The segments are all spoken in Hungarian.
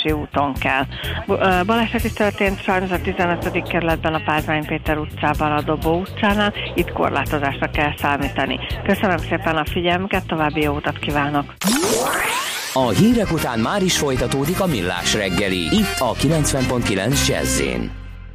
Budaörsi úton kell. Baleset is történt sajnos a 15. kerületben a Pázmány Péter utcában, a Dobó utcánál, itt korlátozásra kell számítani. Köszönöm szépen a figyelmüket, további jó utat kívánok! A hírek után már is folytatódik a Millás reggeli, itt a 90.9 Jazz-én.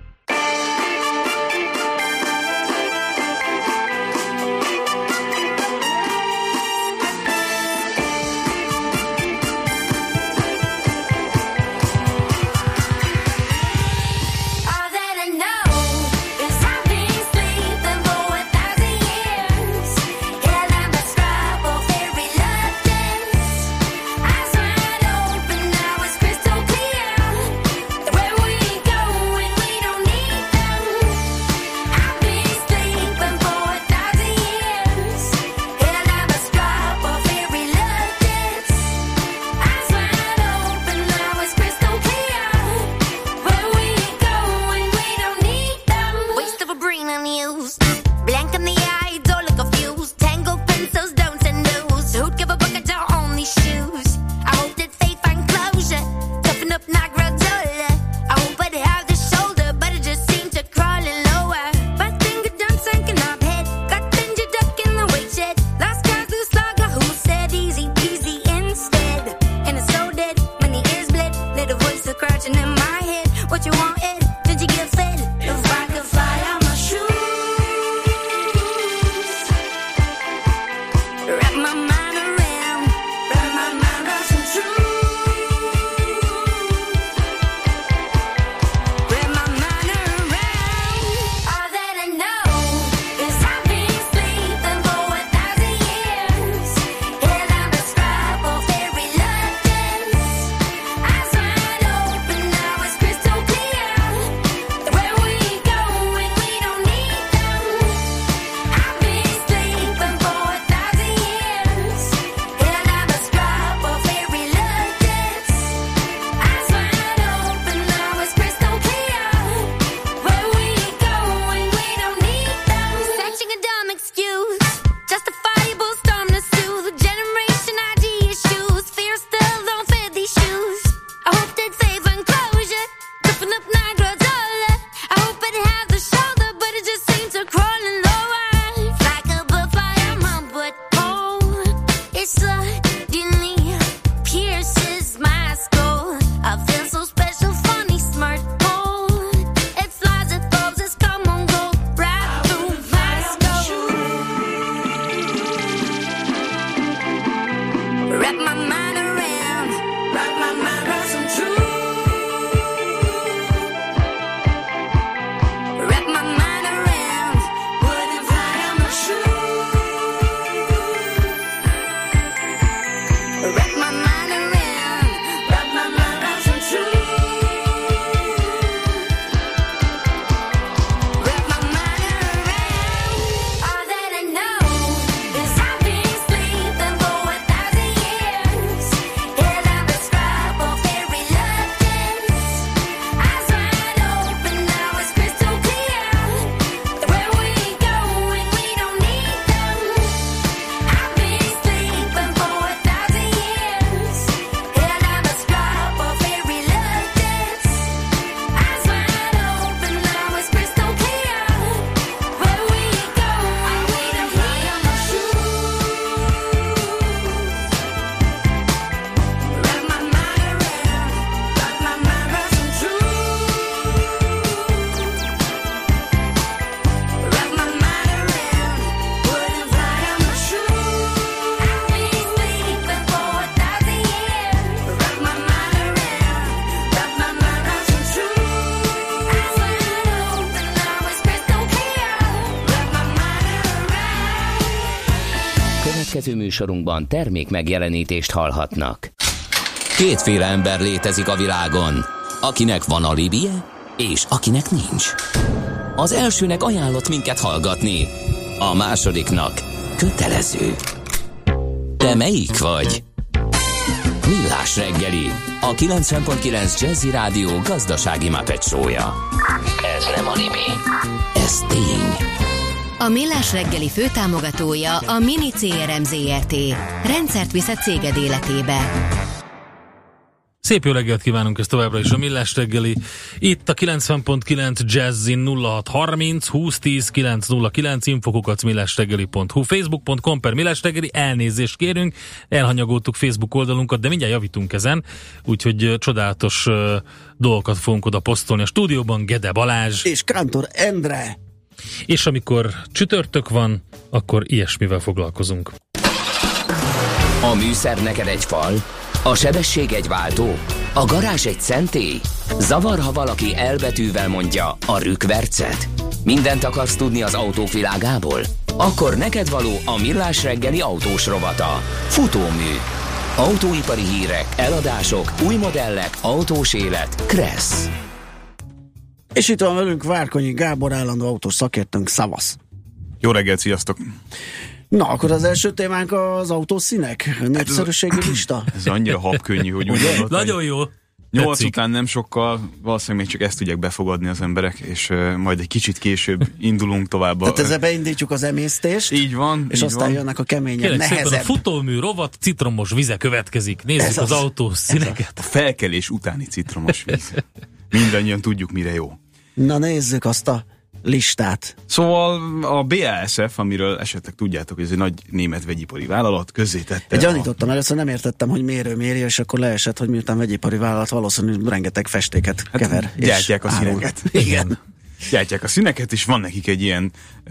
Következő műsorunkban termék megjelenítést hallhatnak. Kétféle ember létezik a világon, akinek van alibije, és akinek nincs. Az elsőnek ajánlott minket hallgatni, a másodiknak kötelező. Te melyik vagy? Millás reggeli, a 90.9 Jazzy Rádió gazdasági Muppet show-ja. Ez nem anime, ez tény. A Millás reggeli főtámogatója a Mini CRM Zrt. Rendszert visz a céged életébe. Szép jó reggelt kívánunk, ez továbbra is a Millás reggeli. Itt a 90.9 Jazzin 0630 2010 909 info@millásreggeli.hu, facebook.com per Millás reggeli. Elnézést kérünk, elhanyagoltuk Facebook oldalunkat, de mindjárt javítunk ezen, úgyhogy csodálatos dolgokat fogunk oda posztolni. A stúdióban Gede Balázs és Kántor Endre. És amikor csütörtök van, akkor ilyesmivel foglalkozunk. A műszer neked egy fal, a sebesség egy váltó, a garázs egy szentély. Zavar, ha valaki elbetűvel mondja a rükvercet. Mindent akarsz tudni az autók világából? Akkor neked való a Millás reggeli autós rovata. Futómű. Autóipari hírek, eladások, új modellek, autós élet. Kressz. És itt van velünk Várkonyi Gábor, állandó autós szakértőnk, szavasz. Jó reggelt, sziasztok! Na, akkor az első témánk az autószínek, népszerűségi lista. Ez annyira habkönnyű, hogy úgy gondolod. Nagyon jó. 8 után nem sokkal, valószínűleg még csak ezt tudják befogadni az emberek, és majd egy kicsit később indulunk tovább. Tehát ezzel beindítjuk az emésztést. Így van. És így aztán van. jönnek a keményebb, Kérlek nehezebb. szépen, a futómű rovat citromos vize következik. Nézzük az autós színeket. A felkelés utáni citromos víz. Mindannyian tudjuk, mire jó. Na nézzük azt a listát. Szóval a BASF, amiről esetleg tudjátok, hogy ez egy nagy német vegyipari vállalat, közzétette. Gyanítottam, először nem értettem, hogy méri, és akkor leesett, hogy miután vegyipari vállalat valószínűleg rengeteg festéket kever. Gyártják a színeket. Igen. Gyártják a színeket, és van nekik egy ilyen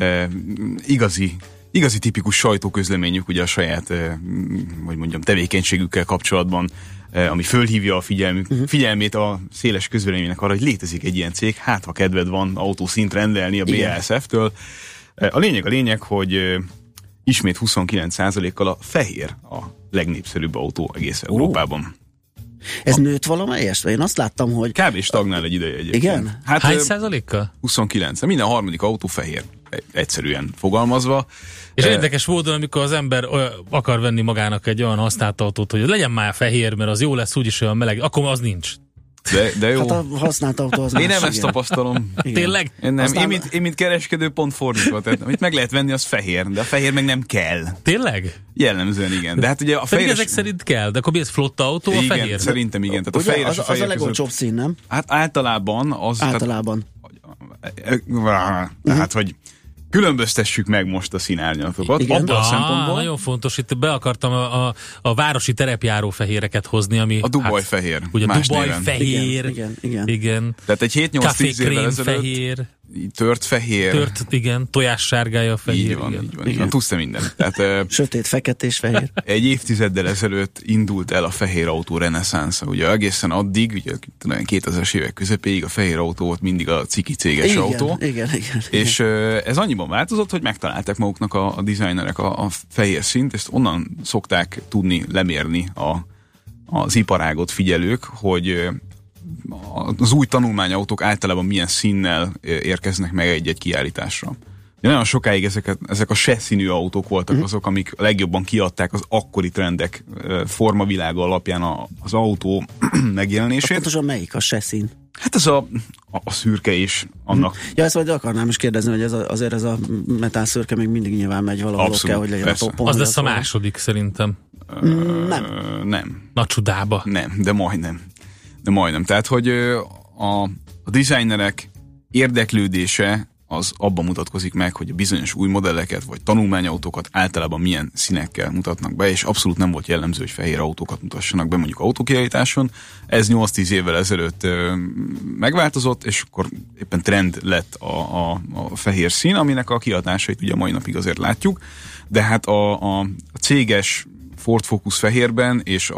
igazi tipikus sajtóközleményük, ugye a saját, hogy mondjam, tevékenységükkel kapcsolatban, ami fölhívja a figyelmét a széles közvéleménynek arra, hogy létezik egy ilyen cég, hát ha kedved van autószint rendelni a BASF-től. A lényeg, hogy ismét 29%-kal a fehér a legnépszerűbb autó egész Európában. Ez nőtt valamelyest? Én azt láttam, hogy... Kb. Stagnál egy ideje egyébként. Igen? Hát, hány százalékkal? 29. Minden harmadik autó fehér, egyszerűen fogalmazva. És érdekes módon, amikor az ember akar venni magának egy olyan használt autót, hogy legyen már fehér, mert az jó lesz, úgyis olyan meleg, akkor az nincs. De jó. Hát a használt autó az Én más, nem ezt tapasztalom. Tényleg? Én nem. Aztán... Én mint kereskedő pont fordítva. Tehát, amit meg lehet venni, az fehér, de a fehér meg nem kell. Tényleg? Jellemzően igen. De hát ugye a Pedig fehér... ezek szerint kell, de akkor mi ez flotta autó, a igen, fehér? szerintem igen. Tehát Ugye, a fehér és a az fehér a legolcsóbb szín, nem? Hát általában az... Általában. Tehát, hogy különböztessük meg most a színárnyalatokat. Igen. Abban a szempontból... Nagyon fontos, itt be akartam a városi terepjáró fehéreket hozni, ami... A Dubaj fehér. Ugye más Dubaj néven. fehér. Igen. Tehát egy 7-8-10 évvel ezelőtt fehér. tört fehér. Igen, tojássárgája a fehér. Így van, igen. így van. Tudsz te mindent. Tehát, sötét, fekete és fehér. egy évtizeddel ezelőtt indult el a fehér autó reneszánsza. Ugye egészen addig, ugye 2000-es évek közepéig a fehér autó volt mindig a ciki céges autó. Igen. És ez annyiban változott, hogy megtalálták maguknak a designerek a fehér színt, és onnan szokták tudni lemérni az iparágot figyelők, hogy az új tanulmányautók általában milyen színnel érkeznek meg egy-egy kiállításra. De nagyon sokáig ezek a se színű autók voltak azok, amik a legjobban kiadták az akkori trendek formavilága alapján az autó megjelenését. Pontosan melyik a se szín? Hát ez a szürke is annak. Ja, ezt majd akarnám is kérdezni, hogy azért ez a metálszürke még mindig nyilván megy valahol, abszolút, kell, hogy legyen persze. a toppon. Az lesz a második szerintem. Nem. Na csodába. Nem, de majdnem. Tehát, hogy a designerek érdeklődése az abban mutatkozik meg, hogy a bizonyos új modelleket vagy tanulmányautókat általában milyen színekkel mutatnak be, és abszolút nem volt jellemző, hogy fehér autókat mutassanak be mondjuk autókiállításon. Ez 8-10 évvel ezelőtt megváltozott, és akkor éppen trend lett a fehér szín, aminek a kiadásait ugye mai napig azért látjuk, de hát a céges Ford Focus fehérben és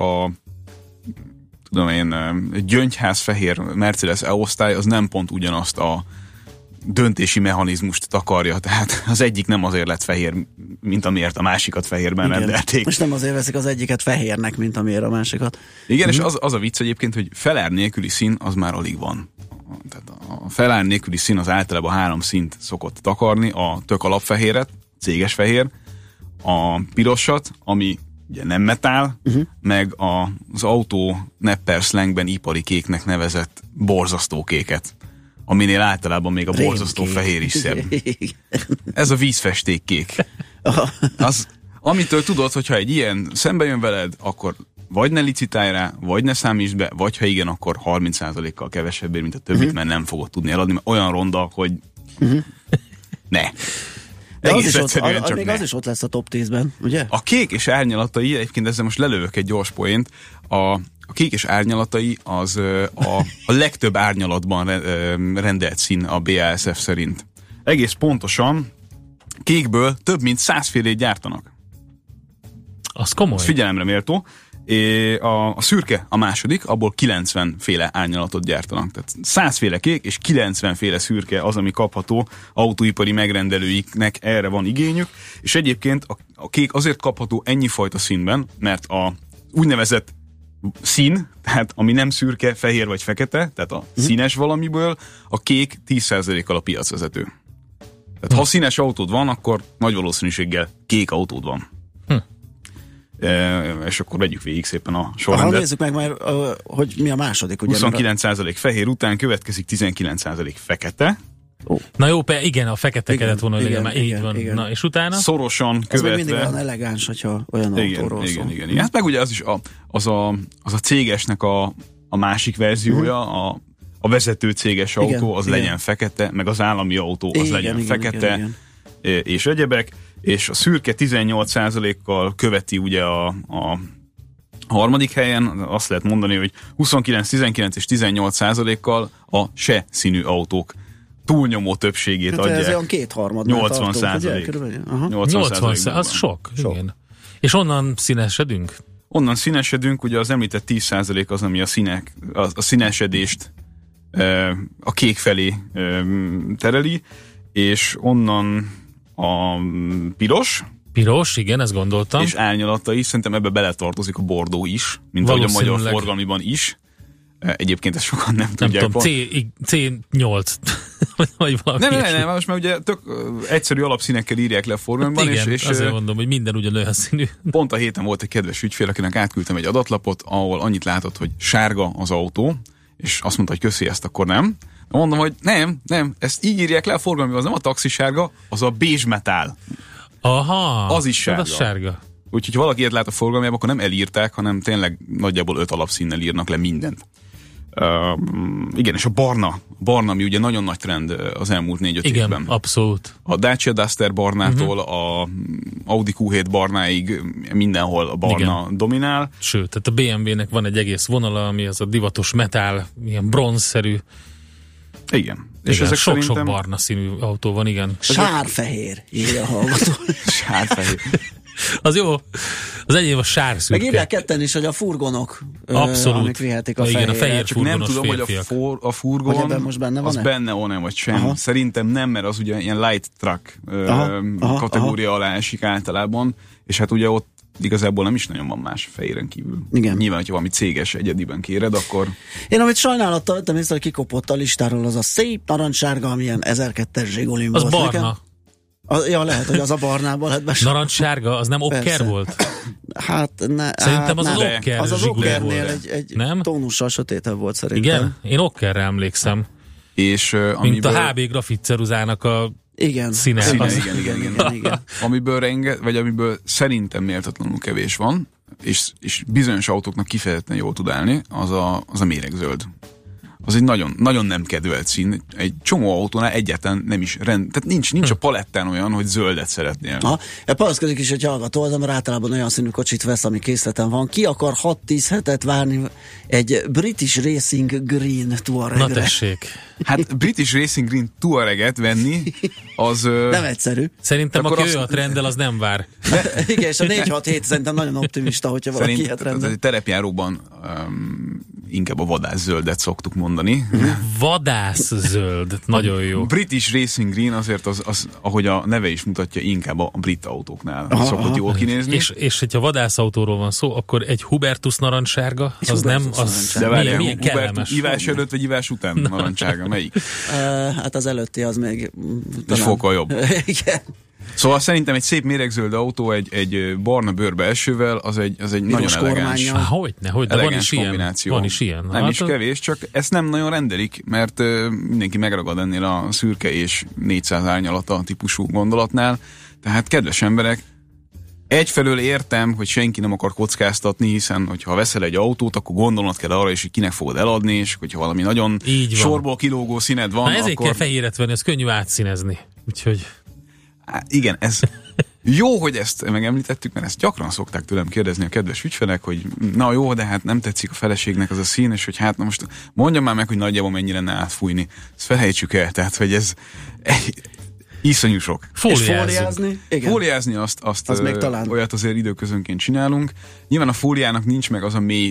gyöngyház fehér Mercedes E-osztály az nem pont ugyanazt a döntési mechanizmust takarja, tehát az egyik nem azért lett fehér, mint amiért a másikat fehérben rendelték. Most nem azért veszik az egyiket fehérnek, mint amiért a másikat. Igen, és az a vicc egyébként, hogy felár nélküli szín az már alig van. Tehát a felár nélküli szín az általában 3 színt szokott takarni, a tök alapfehéret, céges fehér, a pirosat, ami ugye nem metál, meg az autó nepper slangben ipari kéknek nevezett borzasztó kéket, aminél általában még a borzasztó fehér is szebb. Ez a vízfesték kék. Amitől tudod, hogyha egy ilyen szembe jön veled, akkor vagy ne licitálj rá, vagy ne számítsd be, vagy ha igen, akkor 30%-kal kevesebbért, mint a többit, mert nem fogod tudni eladni, mert olyan ronda, hogy ne. De Egész az egyszerűen csak még ne. az is ott lesz a top 10-ben, ugye? A kék és árnyalatai, egyébként ezzel most lelövök egy gyors poént, a kék és árnyalatai az a legtöbb árnyalatban rendelt szín a BASF szerint. Egész pontosan kékből több mint 100 félét gyártanak. Az komoly. Ez figyelemre méltó. A szürke a második, abból 90 féle árnyalatot gyártanak. Tehát 100 féle kék és 90 féle szürke az, ami kapható, autóipari megrendelőiknek erre van igényük, és egyébként a kék azért kapható ennyi fajta színben, mert a úgynevezett szín, tehát ami nem szürke, fehér vagy fekete, tehát a színes valamiből, a kék 10%-kal a piacvezető. Tehát ha színes autód van, akkor nagy valószínűséggel kék autód van. És akkor vegyük végig szépen a sorrendet. Nézzük meg már, hogy mi a második. Ugye, 29% fehér után következik 19% fekete. Na jó, igen, a fekete kellett volna, hogy legyen már így van. Igen. Na, és utána? Szorosan ez követve. Ez mindig olyan elegáns, hogyha olyan autóról szól. Igen. Hát meg ugye az is az a cégesnek a másik verziója, a vezető céges autó, az legyen fekete, meg az állami autó, az legyen fekete, és egyebek. És a szürke 18%-kal követi ugye a harmadik helyen, azt lehet mondani, hogy 29, 19 és 18%-kal a se színű autók túlnyomó többségét hát adják. Ez olyan 2/3. 80%. 80%, az sok. Igen. És onnan színesedünk? Onnan színesedünk, ugye az említett 10% az, ami a színesedést a kék felé tereli, és onnan a piros, igen, ezt gondoltam. És árnyalatai, szerintem ebbe beletartozik a bordó is, mint ahogy a magyar forgalmiban is. Egyébként ezt sokan nem tudják. Nem tudom, C8 vagy valami. Nem, most már ugye tök egyszerű alapszínekkel írják le a forgalmiban. Hát igen, és azért mondom, hogy minden ugyanolyan színű. Pont a héten volt egy kedves ügyfél, akinek átküldtem egy adatlapot, ahol annyit látott, hogy sárga az autó, és azt mondta, hogy köszi, ezt akkor nem. Mondom, hogy nem, ezt így írják le a forgalmiban, az nem a taxisárga, az a bézs metál. Aha, az is sárga. Az sárga. Úgyhogy ha valaki ilyet lát a forgalmában, akkor nem elírták, hanem tényleg nagyjából 5 alapszínnel írnak le mindent. Igen, és a barna, ami ugye nagyon nagy trend az elmúlt 4-5 évben. Igen, abszolút. A Dacia Duster barnától a Audi Q7 barnáig mindenhol a barna dominál. Sőt, tehát a BMW-nek van egy egész vonala, ami az a divatos metál, ilyen bronzszerű. Igen. És ezek sok barna színű autó van, igen. Sárfehér, írja a hallgató. Sárfehér. Az jó. Az enyém a sárszürke. Meg írják ketten is, hogy a furgonok, abszolút. amik vihetik a fehér. Igen, a fehér csak nem tudom, férfiak. hogy a furgon most benne az benne van-e, vagy sem. Aha. Szerintem nem, mert az ugye ilyen light truck kategória alá esik általában, és hát ugye ott igazából nem is nagyon van más fehéren kívül. Igen. Nyilván, hogyha valami céges egyediben kéred, akkor... Én amit sajnálattal vettem észre, hogy kikopott a listáról, az a szép narancssárga, amilyen 1002-es Zsigulin volt. Az barna. Ja, lehet, hogy az a barnából lett besor. Narancssárga, az nem okker volt? Hát szerintem az az okker. Az okkernél egy nem? tónussal sötétebb volt szerintem. Igen? Én okkerre emlékszem. És, mint a HB grafitceruzának a színe. Igen. amiből szerintem méltatlanul kevés van, és bizonyos autóknak kifejezetten jól tud állni, az a méregzöld. Az egy nagyon, nagyon nem kedvelt szín. Egy csomó autónál egyáltalán nem is tehát nincs a palettán olyan, hogy zöldet szeretnél. Panaszkodik is, hogy hallgató, mert általában olyan színű kocsit vesz, ami készleten van. Ki akar 6-10 hetet várni egy British Racing Green Touaregre? Na tessék. Hát British Racing Green Touareget venni, az... nem egyszerű. Szerintem aki olyat rendel, az nem vár. Igen, és a 4-6-7 szerintem nagyon optimista, hogyha valaki ilyet rendel. Terepjáróban inkább a vadászzöldet szoktuk mondani. Vadászzöld, nagyon jó. British Racing Green azért az, ahogy a neve is mutatja, inkább a brit autóknál szokott jól kinézni. És hogyha vadászautóról van szó, akkor egy Hubertus narancssárga, az nem, az milyen kellemes. Ivás előtt vagy ivás után narancssárga, melyik? Hát az előtti az még... És fokkal jobb. Igen. Szóval szerintem egy szép méregzöld autó egy barna bőrbe esővel, az egy nagyon elegáns. Hogyne, van is ilyen. Nem is kevés, csak ezt nem nagyon rendelik, mert mindenki megragad ennél a szürke és 400 árnyalata típusú gondolatnál. Tehát kedves emberek, egyfelől értem, hogy senki nem akar kockáztatni, hiszen hogyha veszel egy autót, akkor gondolnod kell arra is, hogy kinek fogod eladni, és hogyha valami nagyon sorból kilógó színed van, ezért akkor... kell fehéret venni, ez könnyű átszínezni. Úgyhogy... Igen, ez jó, hogy ezt megemlítettük, mert ezt gyakran szokták tőlem kérdezni a kedves ügyfelek, hogy na jó, de hát nem tetszik a feleségnek az a szín, és hogy hát na most mondjam már meg, hogy nagyjából mennyire lenne átfújni. Ezt felejtsük el, tehát hogy ez iszonyú sok. Fóliázni? Igen. Fóliázni azt az még talán. Olyat azért időközönként csinálunk. Nyilván a fóliának nincs meg az a mély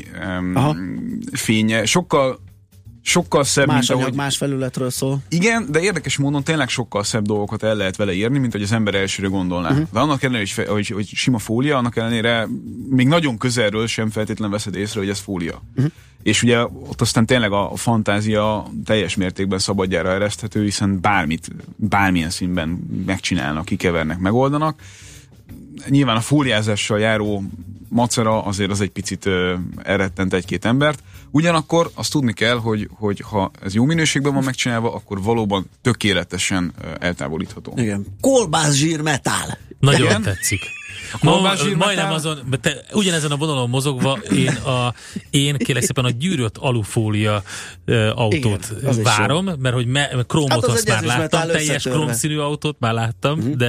fénye. Sokkal szebb, más anyag, más felületről szól. Igen, de érdekes módon tényleg sokkal szebb dolgokat el lehet vele írni, mint hogy az ember elsőre gondolná. De annak ellenére, hogy sima fólia, annak ellenére még nagyon közelről sem feltétlenül veszed észre, hogy ez fólia. És ugye ott aztán tényleg a fantázia teljes mértékben szabadjára ereszthető, hiszen bármilyen színben megcsinálnak, kikevernek, megoldanak. Nyilván a fóliázással járó macera azért az egy picit elrettent egy-két embert. Ugyanakkor azt tudni kell, hogy ha ez jó minőségben van megcsinálva, akkor valóban tökéletesen eltávolítható. Igen. Kolbászsír metál. Nagyon Igen? Tetszik. Majdnem azon, ugyanezen a vonalon mozogva én kérlek szépen a gyűrött alufólia autót igen, várom, mert hogy krómot azt már láttam, teljes krómszínű autót már láttam,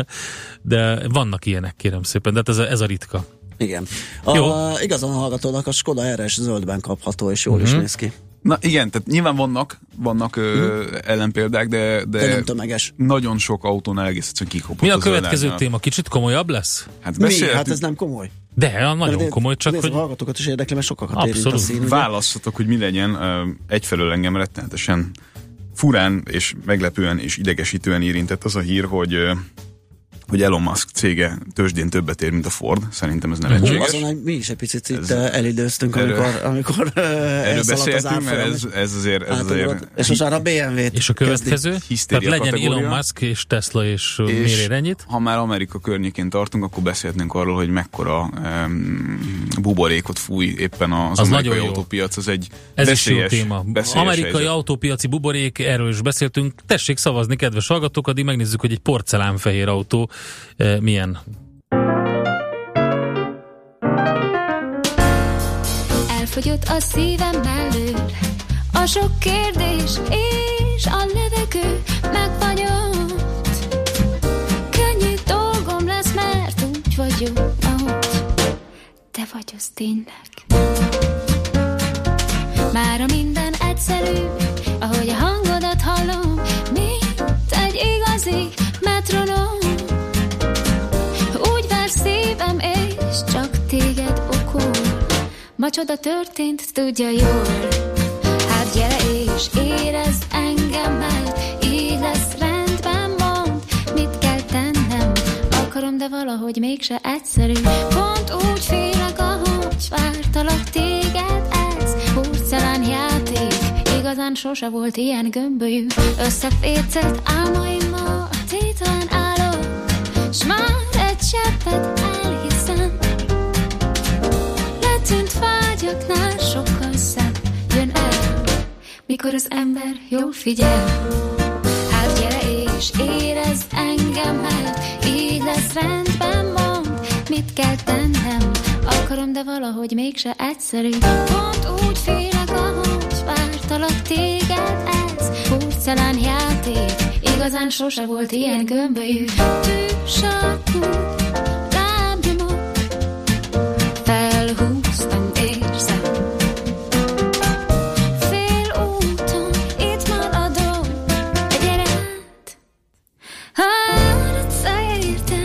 de vannak ilyenek, kérem szépen, de hát ez a ritka. Igen. Igazán a hallgatónak a Skoda RS zöldben kapható, és jól is néz ki. Na igen, tehát nyilván vannak ellenpéldák, de nem tömeges. Nagyon sok autónál egész egyszerűen kikopott. Mi a következő téma? Kicsit komolyabb lesz? Hát ez nem komoly. De nagyon komoly, csak hogy... a hallgatókat is érdekli, mert sokakat érint a szín. Válasszatok, hogy mi legyen. Egyfelől engem rettenetesen furán és meglepően és idegesítően érintett az a hír, hogy Elon Musk cége tőzsdén többet ér, mint a Ford. Szerintem ez nevetséges. Azon mi is egy picit itt elidőztünk, amikor erről beszéltünk, mert ez azért... És most arra a BMW-t és a következő? Tehát legyen Elon Musk és Tesla és miért ér ennyit? Ha már Amerika környékén tartunk, akkor beszélhetnénk arról, hogy mekkora buborékot fúj éppen az amerikai autópiac. Ez is jó téma. Amerikai autópiaci buborék, erről is beszéltünk. Tessék szavazni, kedves hallgatók, addig megnézzük, hogy egy porcelánfehér autó milyen. Elfogyott a szívem mellől a sok kérdés és a levegő megfagyott. Könnyű dolgom lesz, mert úgy vagyok, ahogy te vagy, az tényleg. Mára minden egyszerű, ahogy a hangodat hallom, mint egy igazi metronom. Szívem és csak téged okol. Ma csoda történt, tudja jól. Hát gyere és érezd engemmel, így lesz rendben, mondd, mit kell tennem. Akarom, de valahogy mégse egyszerű. Pont úgy félek, ahogy vártalak téged, ez porcelán játék. Igazán sose volt ilyen gömbölyű. Összefécelt álmaimmal tétlen állok, s már egy cseppet elhiszem. Letűnt vágyaknál sokkal szebb jön el, mikor az ember jól figyel. Hát gyere és érezd engemmel, így lesz rendben, mondd, mit kell tennem. Akarom, de valahogy mégse egyszerű. Pont úgy félek, ahogy vártalak téged, ez porcelán játék. Igazán sose volt ilyen gömbölyű. Tűsarkú lábnyomok felhúztam, érzem. Fél úton itt maradom, gyere át, átszértem.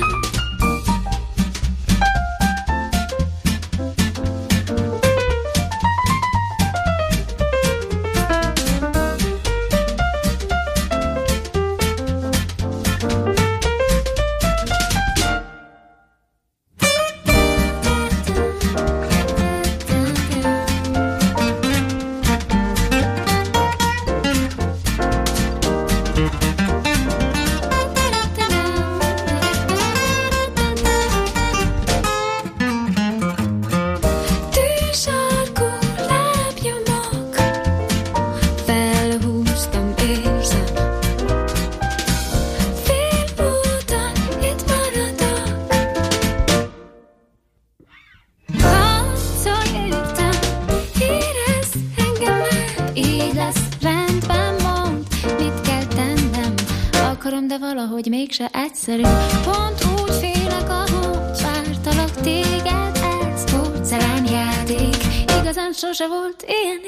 akarom, de valahogy mégse egyszerű. Pont úgy félek, ahogy vártalak téged, ez porcelánjáték. Igazán sose volt ilyen.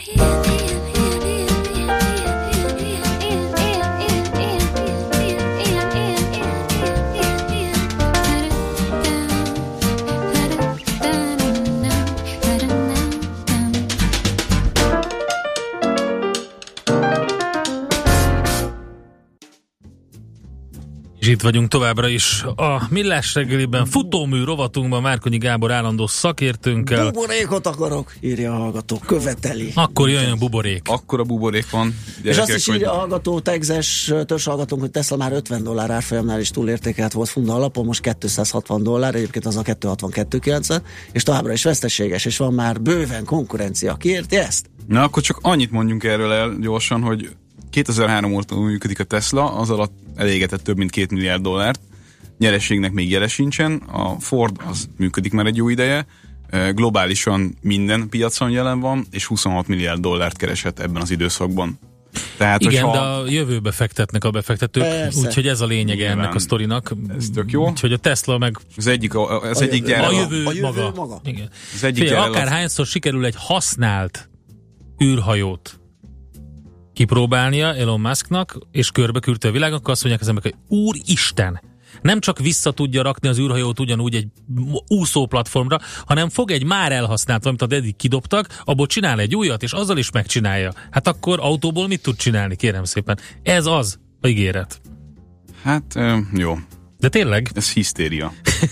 És itt vagyunk továbbra is a Millás reggeliben, futómű rovatunkban Márkonyi Gábor állandó szakértőnkkel. Buborékot akarok, írja a hallgató, követeli. Akkor jöjjön a buborék. Akkor a buborék van. És azt is írja a hallgató, Texas törzshallgatónk, hogy Tesla már $50 árfolyamnál is túlértékelt volt funda alapon, most $260, egyébként az a 262,90, és továbbra is veszteséges, és van már bőven konkurencia. Ki érti ezt? Na, akkor csak annyit mondjunk erről el gyorsan, hogy 2003 óta működik a Tesla, az alatt elégetett több mint $2 milliárd, nyereségnek még jele sincsen, a Ford az működik már egy jó ideje, globálisan minden piacon jelen van, és $26 milliárd keresett ebben az időszakban. Tehát, igen, de a jövőbe fektetnek a befektetők, úgyhogy ez a lényege ennek a sztorinak. Ez tök jó. Úgyhogy a Tesla meg az egyik gyár. A jövő maga. Igen. Az egyik akárhányszor sikerül egy használt űrhajót kipróbálnia Elon Musknak, és körbeküldte a világon, akkor azt mondják az emberek, hogy úristen, nem csak vissza tudja rakni az űrhajót ugyanúgy egy úszó platformra, hanem fog egy már elhasznált, amit eddig kidobtak, abból csinál egy újat, és azzal is megcsinálja. Hát akkor autóból mit tud csinálni, kérem szépen? Ez az a ígéret. Hát, jó. De tényleg? Ez hisztéria.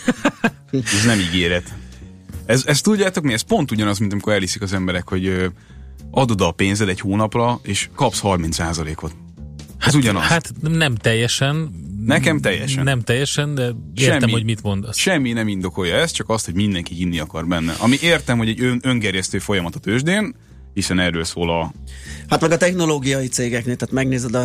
Ez nem ígéret. Ez tudjátok mi? Ez pont ugyanaz, mint amikor elhiszik az emberek, hogy adod a pénzed egy hónapra, és kapsz 30%-ot. Ez ugyanaz. Hát nem teljesen. Nekem teljesen. Nem teljesen, de értem, hogy mit mondasz. Semmi nem indokolja ezt, csak azt, hogy mindenki hinni akar benne. Ami értem, hogy egy öngerjesztő folyamat a tőzsdén, hiszen erről szól a... Hát meg a technológiai cégeknél, tehát megnézed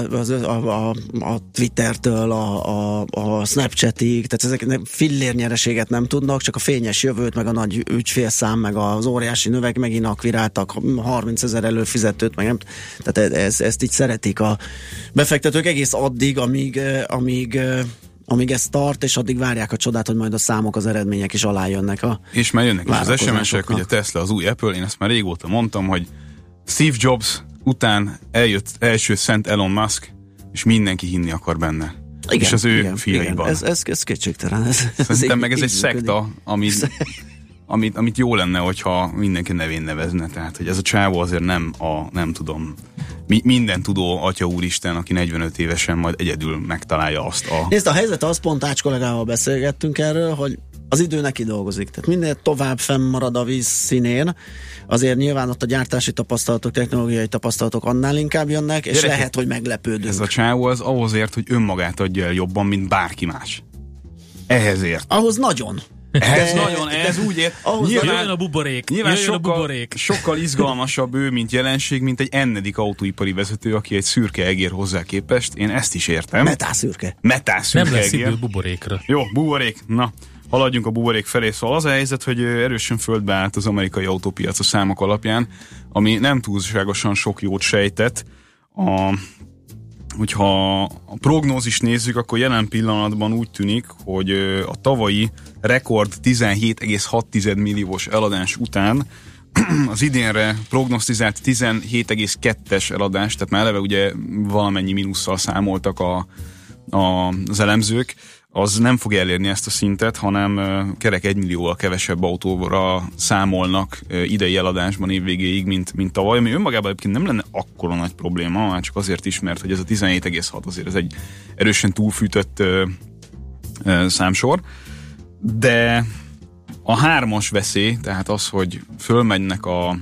a Twittertől, a Snapchatig, tehát ezek fillérnyereséget nem tudnak, csak a fényes jövőt, meg a nagy ügyfélszám, meg az óriási növek megint akviráltak, 30 000 előfizetőt, meg nem, tehát ezt így szeretik a befektetők egész addig, amíg ez tart, és addig várják a csodát, hogy majd a számok, az eredmények is alá jönnek és már jönnek is az SMS-ek, hogy a Tesla az új Apple, én ezt már régóta mondtam, hogy Steve Jobs után eljött első szent Elon Musk, és mindenki hinni akar benne. Igen, és az ő fiaiban. Ez kétségtelen. Szerintem meg ez egy szekta, amit jó lenne, hogyha mindenki nevén nevezne. Tehát, hogy ez a csávó azért nem tudom, minden tudó atya úristen, aki 45 évesen majd egyedül megtalálja azt a... Nézd, a helyzet az, pont Ács kollégával beszélgettünk erről, hogy az idő neki dolgozik. Tehát minél tovább fennmarad a víz színén, azért nyilván ott a gyártási tapasztalatok, technológiai tapasztalatok annál inkább jönnek, és lehet, hogy meglepődünk. Ez a csávó az ahhoz ért, hogy önmagát adja el jobban, mint bárki más. Ehhez ért. Ahhoz nagyon. Ez úgy ér. Jöjjön a buborék. Nyilván sokkal izgalmasabb ő, mint jelenség, mint egy ennedik autóipari vezető, aki egy szürke egér hozzá képest. Én ezt is értem. Metálszürke. Nem lesz idő buborékra. Jó, buborék. Na, haladjunk a buborék felé. Szóval az a helyzet, hogy erősen földbe állt az amerikai autópiac a számok alapján, ami nem túlságosan sok jót sejtett. Hogyha a prognózist nézzük, akkor jelen pillanatban úgy tűnik, hogy a tavalyi rekord 17,6 milliós eladás után az idénre prognosztizált 17,2-es eladás, tehát már eleve ugye valamennyi mínusszal számoltak az elemzők, az nem fog elérni ezt a szintet, hanem kerek 1 millióval kevesebb autóra számolnak idei eladásban évvégéig, mint tavaly, ami önmagában egyébként nem lenne akkora nagy probléma, már csak azért is, mert hogy ez a 17,6 azért ez egy erősen túlfűtött számsor, de a 3-as veszély, tehát az, hogy fölmennek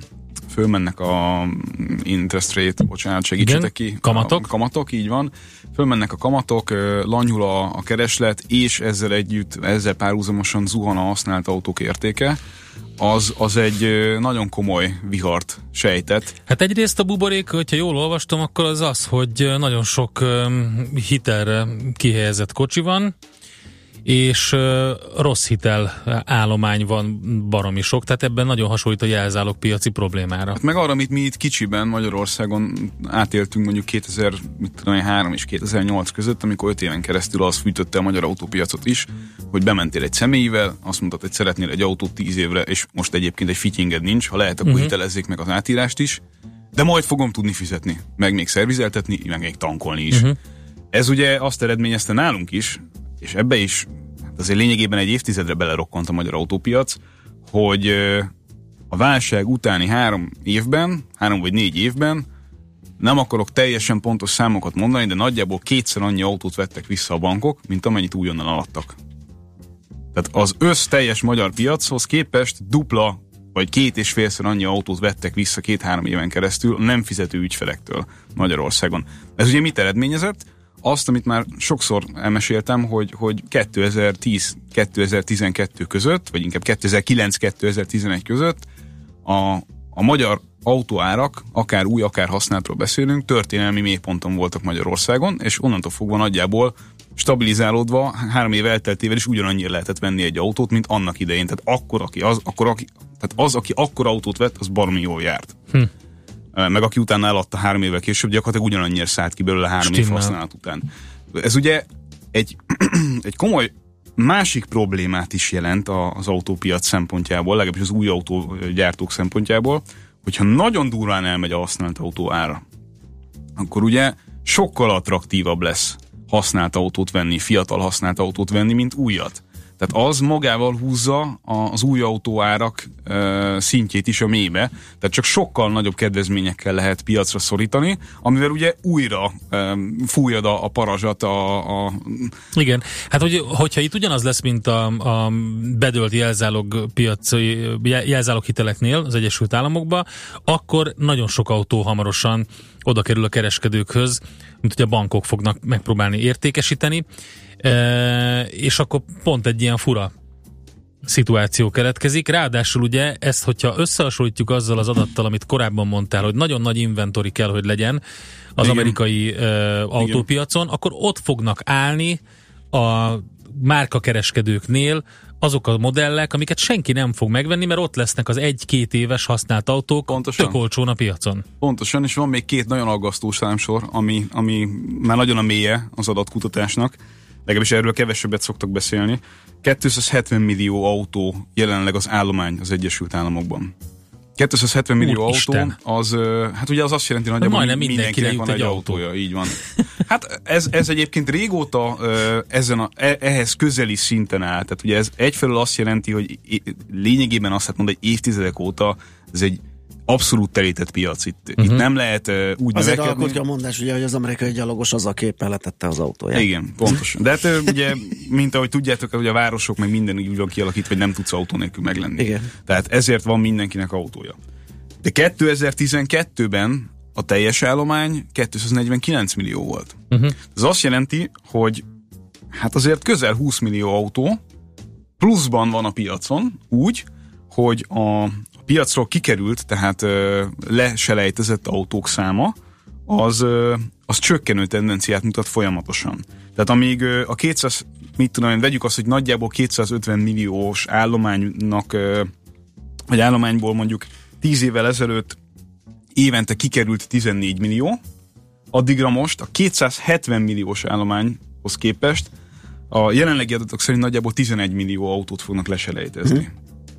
a interest rate, bocsánat, segítsetek ki. Kamatok, így van. Fölmennek a kamatok, lanyul a kereslet, és ezzel párhuzamosan zuhan a használt autók értéke. Az egy nagyon komoly vihart sejtett. Hát egyrészt a buborék, hogyha jól olvastam, akkor az, hogy nagyon sok hitelre kihelyezett kocsi van, és rossz hitel állomány van baromi sok, tehát ebben nagyon hasonlít a jelzálogpiaci problémára. Hát meg arra, amit mi itt kicsiben Magyarországon átéltünk mondjuk 2003 és 2008 között, amikor 5 éven keresztül az fűtötte a magyar autópiacot is, hogy bementél egy személyivel, azt mondtad, hogy szeretnél egy autót 10 évre, és most egyébként egy fityinged nincs, ha lehet, akkor hitelezzék meg az átírást is, de majd fogom tudni fizetni, meg még szervizeltetni, meg még tankolni is. Ez ugye azt eredményezte nálunk is, és ebbe is azért lényegében egy évtizedre belerokkant a magyar autópiac, hogy a válság utáni 3 vagy 4 évben, nem akarok teljesen pontos számokat mondani, de nagyjából 2-szer annyi autót vettek vissza a bankok, mint amennyit újonnan alattak. Tehát az teljes magyar piachoz képest dupla vagy 2,5-szer annyi autót vettek vissza 2-3 éven keresztül a nem fizető ügyfelektől Magyarországon. Ez ugye mit eredményezett? Azt, amit már sokszor elmeséltem, hogy 2010-2012 között, vagy inkább 2009-2011 között a magyar autóárak, akár új, akár használtról beszélünk, történelmi mélyponton voltak Magyarországon, és onnantól fogva nagyjából stabilizálódva 3 év elteltével is ugyanannyira lehetett venni egy autót, mint annak idején. Tehát aki akkor autót vett, az baromi jól járt. Meg aki utána eladta 3 évvel később, gyakorlatilag ugyanannyira szállt ki belőle 3 év használat után. Ez ugye egy komoly másik problémát is jelent az autópiac szempontjából, legalábbis az új autógyártók szempontjából, hogyha nagyon durván elmegy a használt autó ára, akkor ugye sokkal attraktívabb lesz használt autót venni, fiatal használt autót venni, mint újat. Tehát az magával húzza az új autóárak szintjét is a mélybe, tehát csak sokkal nagyobb kedvezményekkel lehet piacra szorítani, amivel ugye újra fújjad a parazsat Igen, hát hogyha itt ugyanaz lesz, mint a bedölt jelzáloghiteleknél az Egyesült Államokban, akkor nagyon sok autó hamarosan oda kerül a kereskedőkhöz, mint hogy a bankok fognak megpróbálni értékesíteni, és akkor pont egy ilyen fura szituáció keletkezik. Ráadásul ugye ezt, hogyha összehasonlítjuk azzal az adattal, amit korábban mondtál, hogy nagyon nagy inventori kell, hogy legyen az amerikai autópiacon, akkor ott fognak állni a márkakereskedőknél azok a modellek, amiket senki nem fog megvenni, mert ott lesznek az 1-2 éves használt autók tök olcsón a piacon. Pontosan, és van még 2 nagyon aggasztó számsor, ami már nagyon a mélye az adatkutatásnak, legalábbis erről kevesebbet szoktak beszélni. 270 millió autó jelenleg az állomány az Egyesült Államokban. 270 millió autó, az, hát ugye az azt jelenti, hogy nagyjából mindenkinek van egy autója. Így van. Hát ez egyébként régóta ehhez közeli szinten áll. Tehát ugye ez egyfelől azt jelenti, hogy lényegében azt lehet mondani, hogy évtizedek óta ez egy abszolút telített piac itt. Itt nem lehet úgy növekedni. Azért alakult ki a mondás, ugye, hogy az amerikai gyalogos az a képpel letette az autóját. Igen, pontosan. De hát ugye, mint ahogy tudjátok, hogy a városok meg minden úgy van kialakítva, hogy nem tudsz autó nélkül meglenni. Igen. Tehát ezért van mindenkinek autója. De 2012-ben a teljes állomány 249 millió volt. Ez azt jelenti, hogy hát azért közel 20 millió autó pluszban van a piacon úgy, hogy a piacról kikerült, tehát leselejtezett autók száma, az csökkenő tendenciát mutat folyamatosan. Tehát amíg a 200, vegyük azt, hogy nagyjából 250 milliós állománynak, vagy állományból mondjuk 10 évvel ezelőtt évente kikerült 14 millió, addigra most a 270 milliós állományhoz képest a jelenlegi adatok szerint nagyjából 11 millió autót fognak leselejtezni.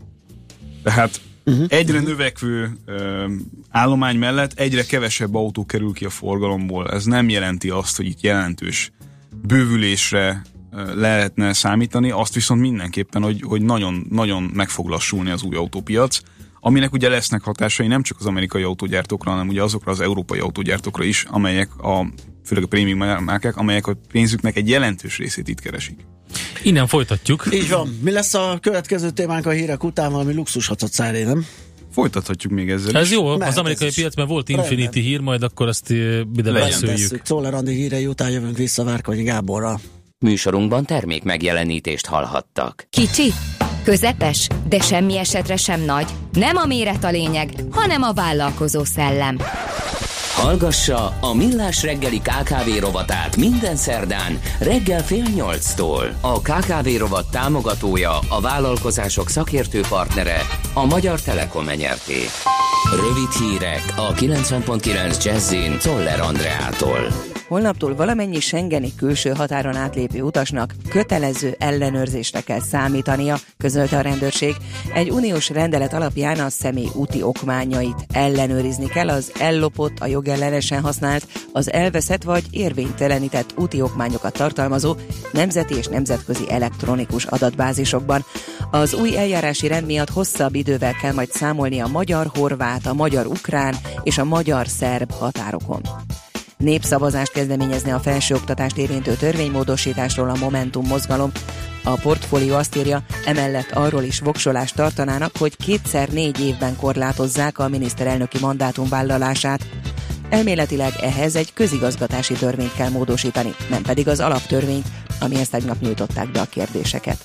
Tehát egyre növekvő állomány mellett egyre kevesebb autó kerül ki a forgalomból. Ez nem jelenti azt, hogy itt jelentős bővülésre lehetne számítani, azt viszont mindenképpen, hogy nagyon meg fog lassulni az új autópiac, aminek ugye lesznek hatásai nem csak az amerikai autógyártókra, hanem ugye azokra az európai autógyártókra is, amelyek főleg a prémium márkák, amelyek a pénzüknek egy jelentős részét itt keresik. Innen folytatjuk. Így van. Mi lesz a következő témánk a hírek után? Valami luxus hatodszáré, nem? Folytathatjuk még ezzel. Ez jó, az amerikai piacban volt Infinity hír, majd akkor azt ide beszéljük. Czoller Andi hírei után jövünk vissza Várkonyi Gáborral. Műsorunkban termék megjelenítést hallhattak. Kicsi, közepes, de semmi esetre sem nagy. Nem a méret a lényeg, hanem a vállalkozó szellem. Hallgassa a Millás reggeli KKV rovatát minden szerdán reggel 7:30-tól. A KKV rovat támogatója, a vállalkozások szakértő partnere, a Magyar Telekom Nyrt. Rövid hírek a 90.9 Jazzin Czoller Andreától. Holnaptól valamennyi schengeni külső határon átlépő utasnak kötelező ellenőrzésre kell számítania, közölte a rendőrség. Egy uniós rendelet alapján a személy úti okmányait ellenőrizni kell az ellopott, a jogellenesen használt, az elveszett vagy érvénytelenített úti okmányokat tartalmazó nemzeti és nemzetközi elektronikus adatbázisokban. Az új eljárási rend miatt hosszabb idővel kell majd számolni a magyar-horvát, a magyar-ukrán és a magyar-szerb határokon. Népszavazást kezdeményezni a felsőoktatást érintő törvénymódosításról a Momentum mozgalom. A portfólió azt írja, emellett arról is voksolást tartanának, hogy 2x4 évben korlátozzák a miniszterelnöki mandátum vállalását. Elméletileg ehhez egy közigazgatási törvényt kell módosítani, nem pedig az alaptörvényt, amihez tegnap nyújtották be a kérdéseket.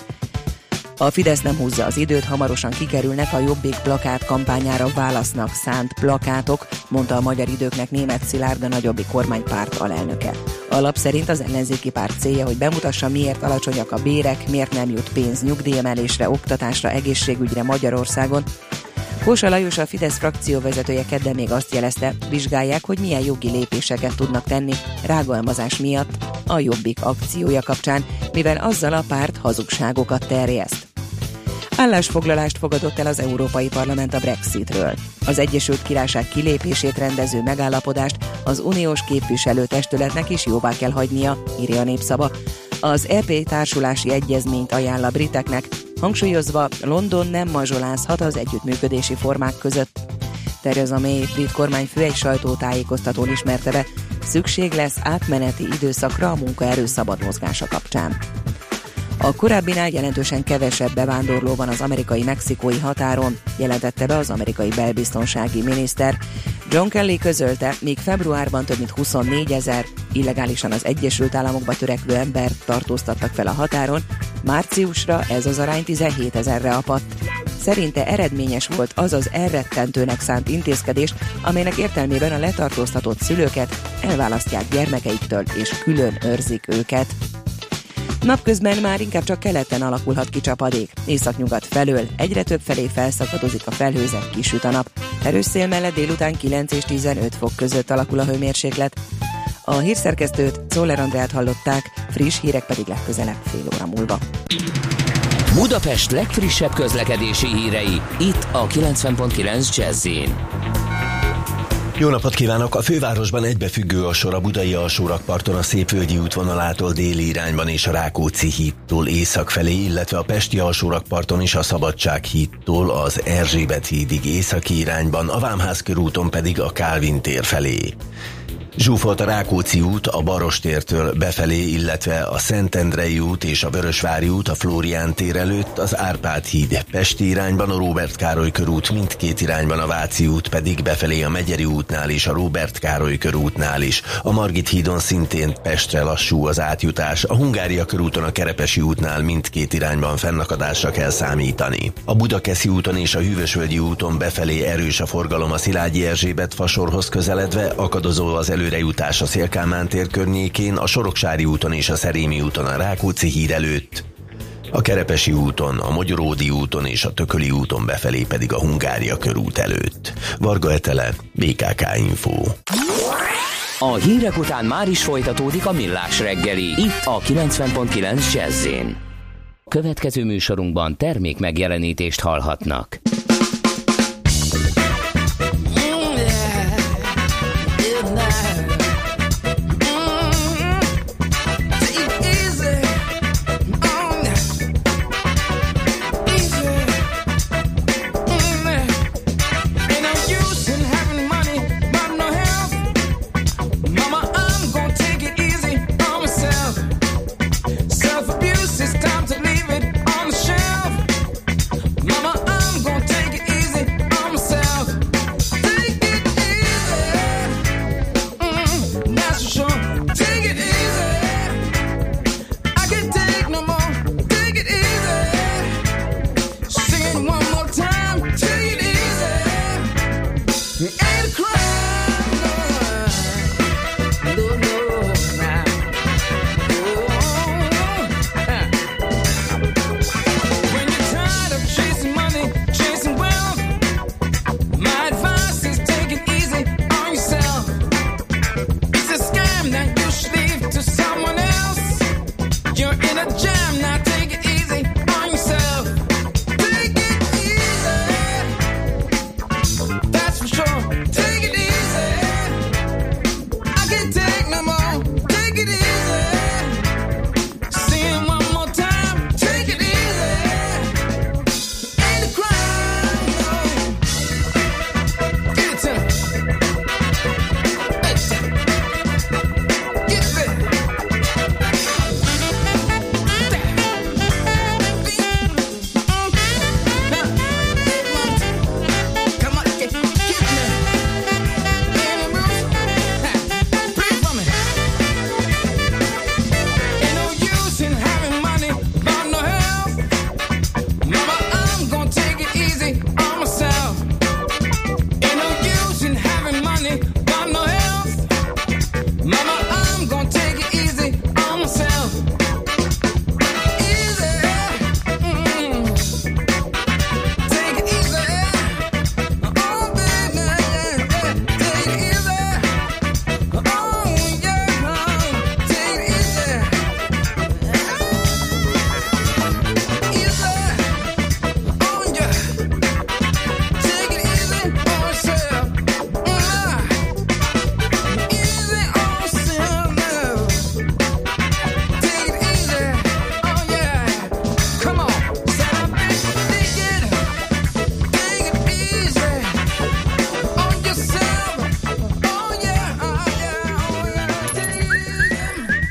A Fidesz nem húzza az időt, hamarosan kikerülnek a Jobbik plakát kampányára válasznak szánt plakátok, mondta a Magyar Időknek Németh Szilárd, a nagyobbik kormánypárt alelnöke. A lap szerint az ellenzéki párt célja, hogy bemutassa, miért alacsonyak a bérek, miért nem jut pénz nyugdíjemelésre, oktatásra, egészségügyre Magyarországon. Kósa Lajos, a Fidesz frakcióvezetője kedden még azt jelezte, vizsgálják, hogy milyen jogi lépéseket tudnak tenni rágalmazás miatt a Jobbik akciója kapcsán, mivel azzal a párt hazugságokat terjeszt. Állásfoglalást fogadott el az Európai Parlament a Brexitről. Az Egyesült Királyság kilépését rendező megállapodást az uniós képviselőtestületnek is jóvá kell hagynia, írja a Népszava. Az EP társulási egyezményt ajánl a briteknek, hangsúlyozva, London nem mazsolázhat az együttműködési formák között. Theresa May brit kormányfő egy sajtótájékoztatón ismerte be, szükség lesz átmeneti időszakra a munkaerő szabad mozgása kapcsán. A korábbinál jelentősen kevesebb bevándorló van az amerikai-mexikói határon, jelentette be az amerikai belbiztonsági miniszter. John Kelly közölte, míg februárban több mint 24 000 illegálisan az Egyesült Államokba törekvő embert tartóztattak fel a határon, márciusra ez az arány 17 000-re apadt. Szerinte eredményes volt az az elrettentőnek szánt intézkedés, amelynek értelmében a letartóztatott szülőket elválasztják gyermekeiktől és külön őrzik őket. Napközben már inkább csak keleten alakulhat ki csapadék. Északnyugat felől egyre több felé felszakadozik a felhőzet, kisüt a nap. Erős szél mellett délután 9 és 15 fok között alakul a hőmérséklet. A hírszerkesztőt, Czoller Andrát hallották, friss hírek pedig legközelebb fél óra múlva. Budapest legfrissebb közlekedési hírei, itt a 90.9 Jazz-in. Jó napot kívánok! A fővárosban egybefüggő a sor a Budai Alsórakparton a Szépvölgyi útvonalától déli irányban és a Rákóczi hídtól észak felé, illetve a Pesti Alsórakparton is a Szabadság hídtól az Erzsébet hídig északi irányban, a Vámház körúton pedig a Kálvin tér felé. Zsúfolt a Rákóczi út a Barostértől befelé, illetve a Szentendrei út és a Vörösvári út a Flórián tér előtt, az Árpád híd Pesti irányban, a Róbert Károly körút mindkét irányban, a Váci út pedig befelé a Megyeri útnál és a Róbert Károly körútnál is. A Margit hídon szintén Pestre lassú az átjutás, a Hungária körúton a Kerepesi útnál mindkét irányban fennakadásra kell számítani. A Budakeszi úton és a Hűvösvölgyi úton befelé erős a forgalom a Szilágyi Erzsébet fasorhoz közeledve, akadozó az előrejutás a Széll-Kálmán tér környékén, a Soroksári úton és a Szerémi úton a Rákóczi híd előtt, a Kerepesi úton, a Mogyoródi úton és a Tököli úton befelé pedig a Hungária körút előtt. Varga Etele, BKK Info. A hírek után már is folytatódik a Millás reggeli, itt a 90.9 Jazz-in. Következő műsorunkban termék megjelenítést hallhatnak. Self-abuse, it's time to leave it on the shelf. Mama, I'm gonna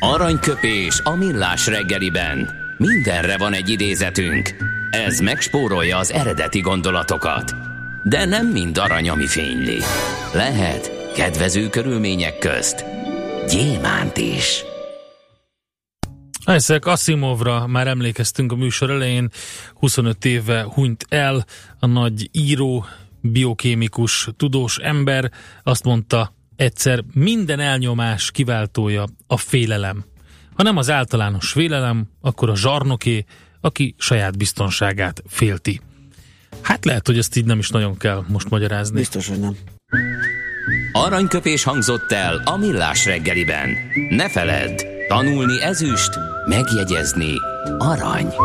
Aranyköpés a millás reggeliben. Mindenre van egy idézetünk. Ez megspórolja az eredeti gondolatokat. De nem mind arany, ami fényli. Lehet kedvező körülmények közt gyémánt is. Isaac Asimovra már emlékeztünk a műsor elején, 25 éve hunyt el a nagy író, biokémikus, tudós ember. Azt mondta egyszer, minden elnyomás kiváltója a félelem. Ha nem az általános félelem, akkor a zsarnoké, aki saját biztonságát félti. Hát lehet, hogy ezt így nem is nagyon kell most magyarázni. Biztos, hogy nem. Aranyköpés hangzott el a millás reggeliben. Ne feledd, tanulni ezüst, megjegyezni arany.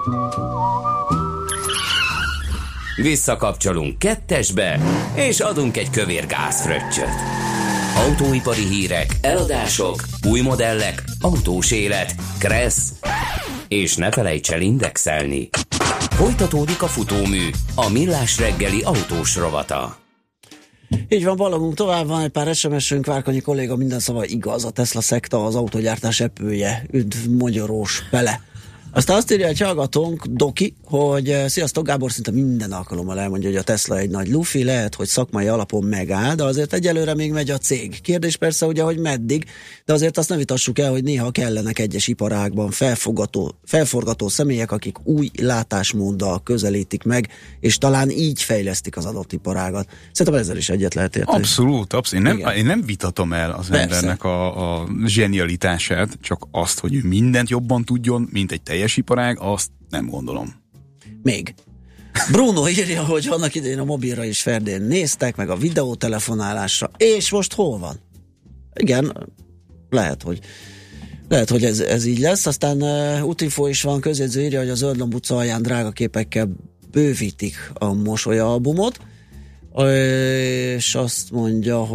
Visszakapcsolunk kettesbe, és adunk egy kövér gázfröccsöt. Autóipari hírek, eladások, új modellek, autós élet, kressz, és ne felejts el indexelni. Folytatódik a futómű, a millás reggeli autós rovata. Így van, ballagunk tovább, van egy pár SMS-ünk, Várkonyi kolléga, minden szava igaz, a Tesla szekta az autógyártás epője, üdv magyarós Pele. Aztán azt írja egy hallgatónk, Doki, hogy sziasztok, Gábor szinte minden alkalommal elmondja, hogy a Tesla egy nagy lufi, lehet, hogy szakmai alapon megáll, de azért egyelőre még megy a cég. Kérdés persze ugye, hogy meddig, de azért azt ne vitassuk el, hogy néha kellenek egyes iparágban felforgató személyek, akik új látásmóddal közelítik meg, és talán így fejlesztik az adott iparágat. Szerintem ezzel is egyet lehet érteni. Abszolút. Én nem vitatom el az embernek a zsenialitását, csak azt, hogy ő mindent jobban tudjon, mint egy teljes iparág, azt nem gondolom. Még. Bruno írja, hogy annak idején a mobilra is Ferdén néztek, meg a videótelefonálásra, és most hol van? Igen, lehet, hogy ez így lesz. Aztán útinfo is van, közjegyző írja, hogy a Zöldlomb utca alján drága képekkel bővítik a Mosolya albumot, és azt mondja,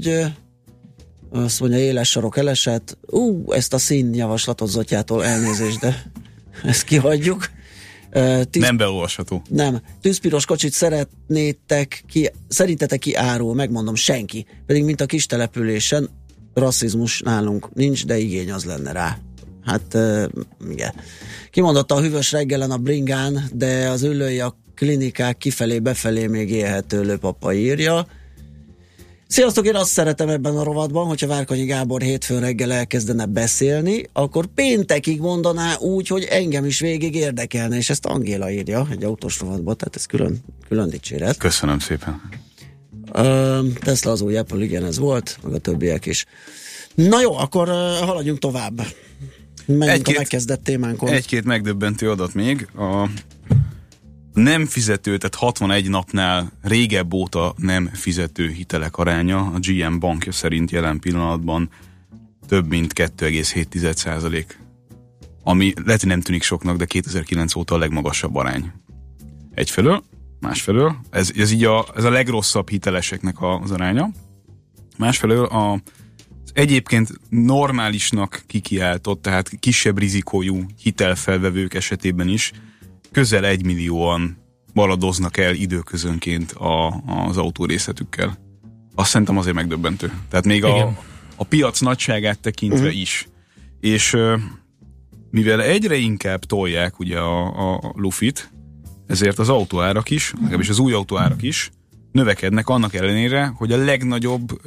éles sarok elesett. Ezt a színjavaslatot Zottyától elnézést, de ezt kihagyjuk. Nem beolvasható. Nem. Tűzpiros kocsit szerintetek ki árul? Megmondom, senki. Pedig mint a kis településen, rasszizmus nálunk nincs, de igény az lenne rá. Hát, igen. Kimondotta a hűvös reggelen a bringán, de az ülői a klinikák kifelé-befelé még élhető, Lőpapa írja. Sziasztok, én azt szeretem ebben a rovatban, hogyha Várkonyi Gábor hétfőn reggel elkezdene beszélni, akkor péntekig mondaná úgy, hogy engem is végig érdekelne, és ezt Angéla írja egy autós rovatban, tehát ez külön dicséret. Köszönöm szépen. Tesla az új Apple, igen, ez volt, meg a többiek is. Na jó, akkor haladjunk tovább. Menjünk a megkezdett témánkon. Egy-két megdöbbentő adat még. A nem fizető, tehát 61 napnál régebb óta nem fizető hitelek aránya a GM bankja szerint jelen pillanatban több mint 2,7%. Ami lehet, hogy nem tűnik soknak, de 2009 óta a legmagasabb arány. Egyfelől, másfelől, ez így ez a legrosszabb hiteleseknek az aránya. Másfelől az egyébként normálisnak kikiáltott, tehát kisebb rizikójú hitelfelvevők esetében is közel 1 millióan maradoznak el időközönként az autórészletükkel. Azt szerintem azért megdöbbentő. Tehát még a piac nagyságát tekintve is. És mivel egyre inkább tolják ugye a lufit, ezért az autóárak is, legalábbis az új autóárak is növekednek annak ellenére, hogy a legnagyobb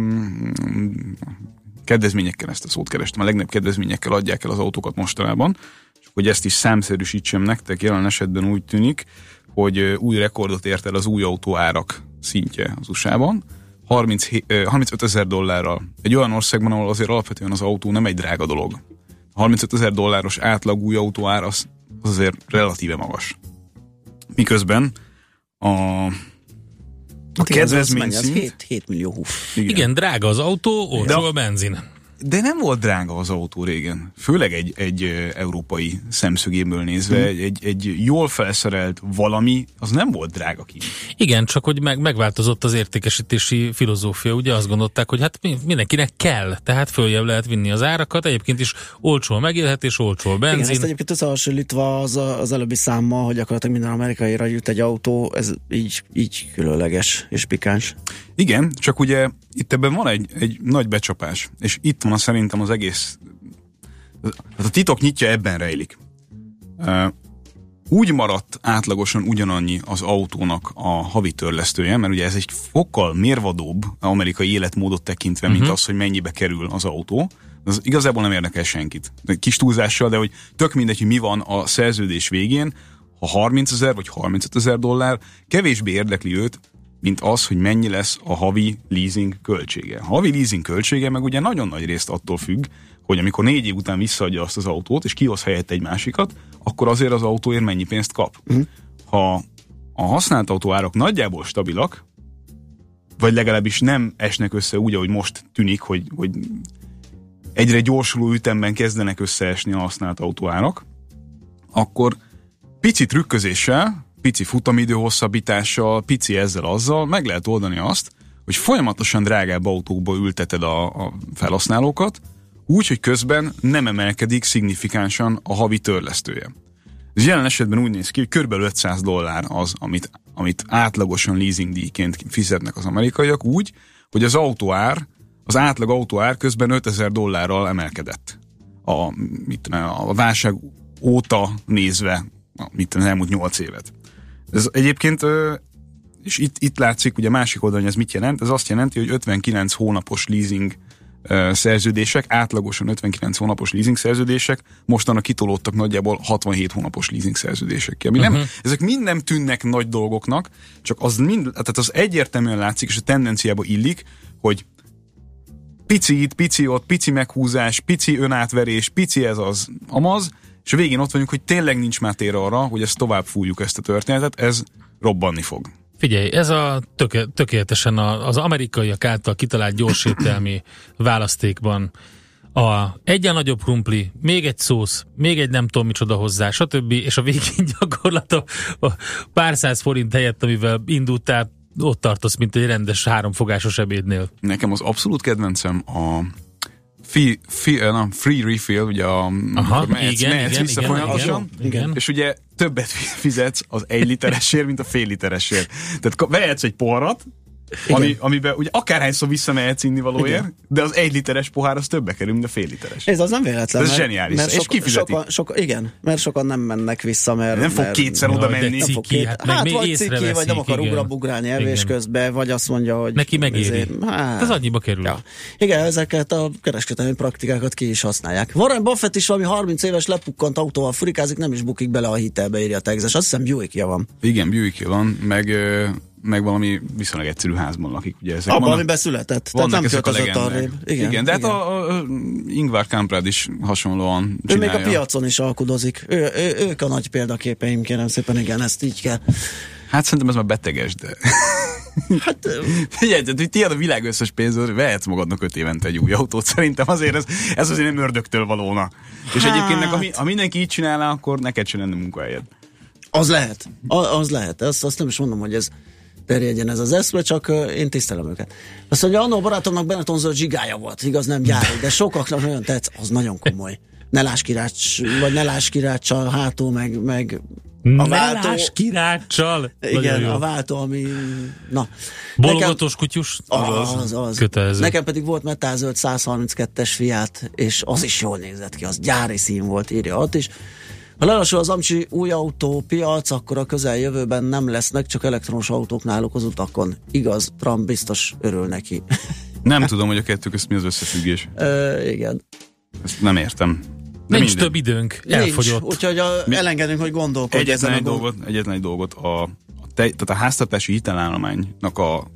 kedvezményekkel, ezt a szót kerestem, a legnagyobb kedvezményekkel adják el az autókat mostanában. Hogy ezt is számszerűsítsem nektek, jelen esetben úgy tűnik, hogy új rekordot ért el az új autóárak szintje az USA-ban, $35,000. Egy olyan országban, ahol azért alapvetően az autó nem egy drága dolog. $35,000 átlag új autóár az azért relatíve magas. Miközben a kedvezmény szint... 7 millió húf. Igen, drága az autó, olcsó a benzin. De nem volt drága az autó régen. Főleg egy európai szemszögéből nézve, egy jól felszerelt valami, az nem volt drága ki. Igen, csak hogy megváltozott az értékesítési filozófia. Ugye azt gondolták, hogy hát mindenkinek kell, tehát följebb lehet vinni az árakat. Egyébként is olcsó a megélhetés, olcsó a benzin. Igen, ezt egyébként összehasonlítva az előbbi számmal, hogy gyakorlatilag minden amerikaira jut egy autó, ez így különleges és pikáns. Igen, csak ugye itt ebben van egy nagy becsapás, és itt van szerintem az egész a titok nyitja ebben rejlik. Úgy maradt átlagosan ugyanannyi az autónak a havi törlesztője, mert ugye ez egy fokkal mérvadóbb amerikai életmódot tekintve, mint az, hogy mennyibe kerül az autó. Az igazából nem érdekel senkit. Kis túlzással, de hogy tök mindegy, hogy mi van a szerződés végén, ha 30 000 vagy 35 000 dollár, kevésbé érdekli őt, mint az, hogy mennyi lesz a havi leasing költsége. A havi leasing költsége meg ugye nagyon nagy részt attól függ, hogy amikor 4 év után visszaadja azt az autót, és kihoz helyett egy másikat, akkor azért az autóért mennyi pénzt kap. Ha a használt autó árak nagyjából stabilak, vagy legalábbis nem esnek össze úgy, ahogy most tűnik, hogy egyre gyorsuló ütemben kezdenek összeesni a használt autóárak, akkor pici trükközéssel, pici futamidő hosszabbítással, pici ezzel-azzal meg lehet oldani azt, hogy folyamatosan drágább autókba ülteted a felhasználókat, úgy, hogy közben nem emelkedik szignifikánsan a havi törlesztője. Ez jelen esetben úgy néz ki, hogy kb. $500 az, amit átlagosan leasingdíjként fizetnek az amerikaiak, úgy, hogy az átlag autóár közben $5000 emelkedett. A válság óta nézve, az elmúlt 8 évet. Ez egyébként, és itt látszik, ugye a másik oldalon, hogy ez mit jelent? Ez azt jelenti, hogy 59 hónapos leasing szerződések, átlagosan 59 hónapos leasing szerződések, mostanra kitolódtak nagyjából 67 hónapos leasing szerződésekkel. Ezek mind nem tűnnek nagy dolgoknak, csak tehát az egyértelműen látszik, és a tendenciába illik, hogy pici itt, pici ott, pici meghúzás, pici önátverés, pici ez az amaz, és a végén ott vagyunk, hogy tényleg nincs már tér arra, hogy ezt tovább fújjuk ezt a történetet, ez robbanni fog. Figyelj, ez tökéletesen az amerikaiak által kitalált gyorsételmi választékban egyen nagyobb krumpli, még egy szósz, még egy nem tudom micsoda hozzá, stb. És a végén gyakorlatilag a pár száz forint helyett, amivel indultál, ott tartasz, mint egy rendes 3 fogásos ebédnél. Nekem az abszolút kedvencem a free refill, ugye mehetsz vissza folyamatosan, és ugye többet fizetsz az 1 literesért, mint a fél literesért. Tehát vehetsz egy poharat, amiben ugye akárhányszor visszamehetsz inni valóért, de az 1 literes pohár az többe kerül, mint a fél literes. Ez az nem véletlen. Ez zseniális. És kifizeti. Igen, mert sokan nem mennek vissza, mert nem fog kétszer oda menni. Vagy ciki, vagy nem akar ugrálni evés közben, vagy azt mondja, hogy neki megéri. Ez annyiba kerül. Ja. Igen, ezeket a kereskedelmi praktikákat ki is használják. Warren Buffett is valami 30 éves lepukkant autóval furikázik, nem is bukik bele a hitelbe, írja a Texas. Azt hiszem Buickja van. Igen, Buickja van, meg valami viszonylag egyszerű házban lakik. Ugye ezek abban, amiben született. Tehát nem költözött arrébb. Igen, de hát a Ingvar Kamprad is hasonlóan csinálja. Ő még a piacon is alkudozik. Ők a nagy példaképeim, kérem szépen, igen, ezt így kell. Hát szerintem ez már beteges, de... Hát... Figyelj, hogy tiéd a világ összes pénzről, vehetsz magadnak 5 évente egy új autót. Szerintem azért ez azért nem ördögtől valóna. És egyébként, ha mindenki így csinálná, akkor neked sem lenne munkahelyed. Az lehet. Az lehet. Azt nem is mondom, hogy ez terjedjen ez az eszme, csak én tisztelem őket. Azt mondja, annó barátomnak Benetton zöld zsigája volt, igaz, nem gyári, de sokaknak nagyon tetsz, az nagyon komoly. Ne láss kiráccsal hátul, meg a váltó. Kiráccsal. Igen, a váltó, ami... Na. Bologatós kutyus? Az. Kötelező. Nekem pedig volt metálzöld 132-es Fiat, és az is jól nézett ki, az gyári szín volt, írja ott is. Ha lelassul az amcsi új autópiac, akkor a közeljövőben nem lesznek csak elektromos autók náluk az utakon. Igaz, Trump biztos örül neki. Nem tudom, hogy a kettő közt mi az összefüggés. Igen. Ezt nem értem. De nincs több időnk, elfogyott. Úgyhogy elengedünk, hogy gondolkodj ezen Egyetlen egy dolgot. Tehát a háztartási hitelállománynak a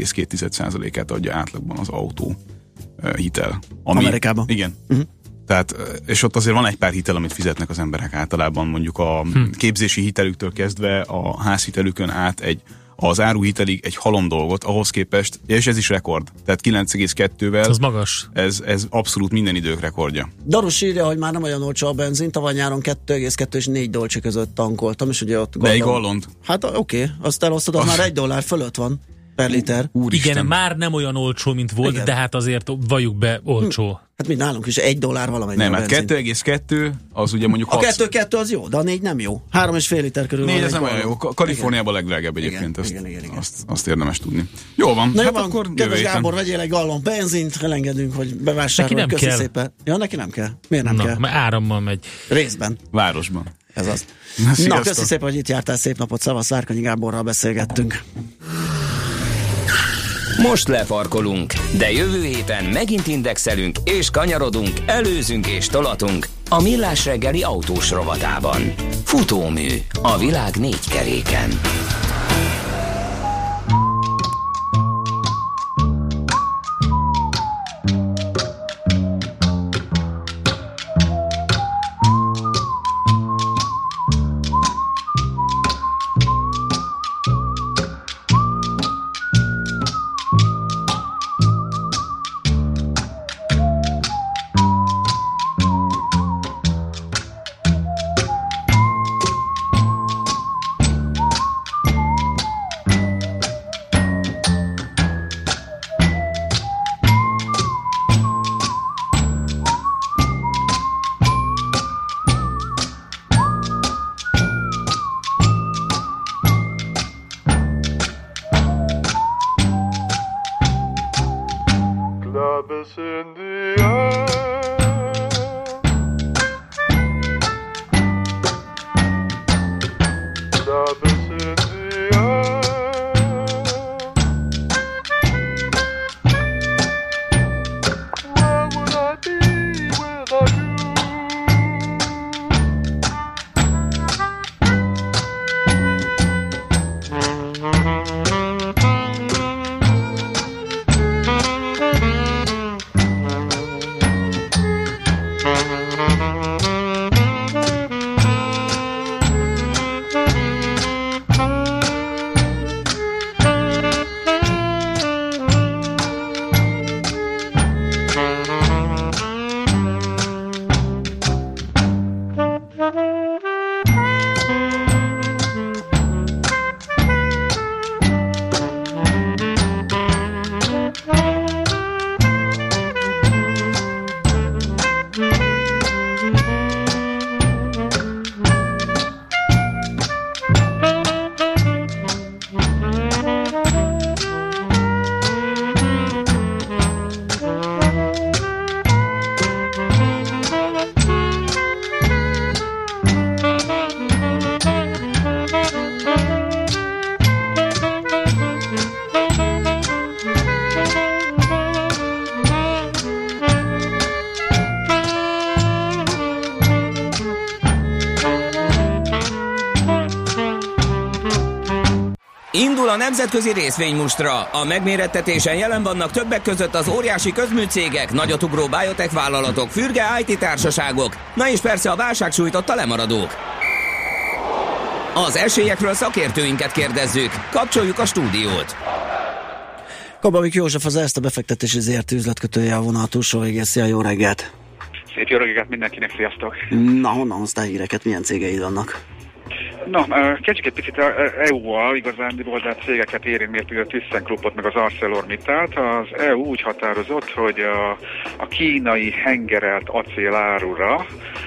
9,2%-át adja átlagban az autó hitel. Amerikában? Igen. Tehát, és ott azért van egy pár hitel, amit fizetnek az emberek általában, mondjuk a képzési hitelüktől kezdve a házhitelükön át az áruhitelig egy halom dolgot, ahhoz képest, és ez is rekord. Tehát 9,2-vel. Ez magas. Ez abszolút minden idők rekordja. Darus írja, hogy már nem olyan olcsó a benzin, tavaly nyáron 2,2 és 4 dolcsi között tankoltam, és ugye ott De egy gallont. Hát oké, azt elosztod, az már $1 fölött van. per liter. Úristen. Igen, már nem olyan olcsó, mint volt, igen. De hát azért valljuk be, olcsó. Hát mi nálunk is $1 valamennyi. Nem, hát 2,2 az ugye mondjuk... A 2,2 az jó, de a 4 nem jó. 3,5 liter körül. 4 ez nem olyan jó. Kaliforniában a legdrágább egyébként. Igen. Azt érdemes tudni. Jó van, na hát jó, akkor kedves Gábor, vegyél egy gallon benzint, elengedünk, hogy bevásárolj. Neki nem kell. Szépen. Ja, neki nem kell. Miért nem kell? Mert árammal megy. Részben. Városban. Ez az. Na, köszi szépen, hogy itt jártál, szép napot, szavasz, Várkonyi Gáborral beszélgettünk. Most lefarkolunk, de jövő héten megint indexelünk és kanyarodunk, előzünk és tolatunk a Millás reggeli autós rovatában. Futómű a világ 4 keréken. Indul a nemzetközi részvénymustra. A megmérettetésen jelen vannak többek között az óriási közműcégek, nagyotugró biotech vállalatok, fürge IT társaságok, na és persze a válság sújtotta lemaradók. Az esélyekről szakértőinket kérdezzük. Kapcsoljuk a stúdiót. Kababik József, az Erste befektetési ZRT üzletkötője a vonal túlsó végén. Szia, jó reggelt! Szép jó reggelt mindenkinek, sziasztok! Na, honnan hoztál híreket, milyen cégeid vannak? Na, kezdjük egy picit EU-val, igazándiból, de cégeket érint, miért például a ThyssenKruppot, meg az ArcelorMittalt. Az EU úgy határozott, hogy a kínai hengerelt acélárura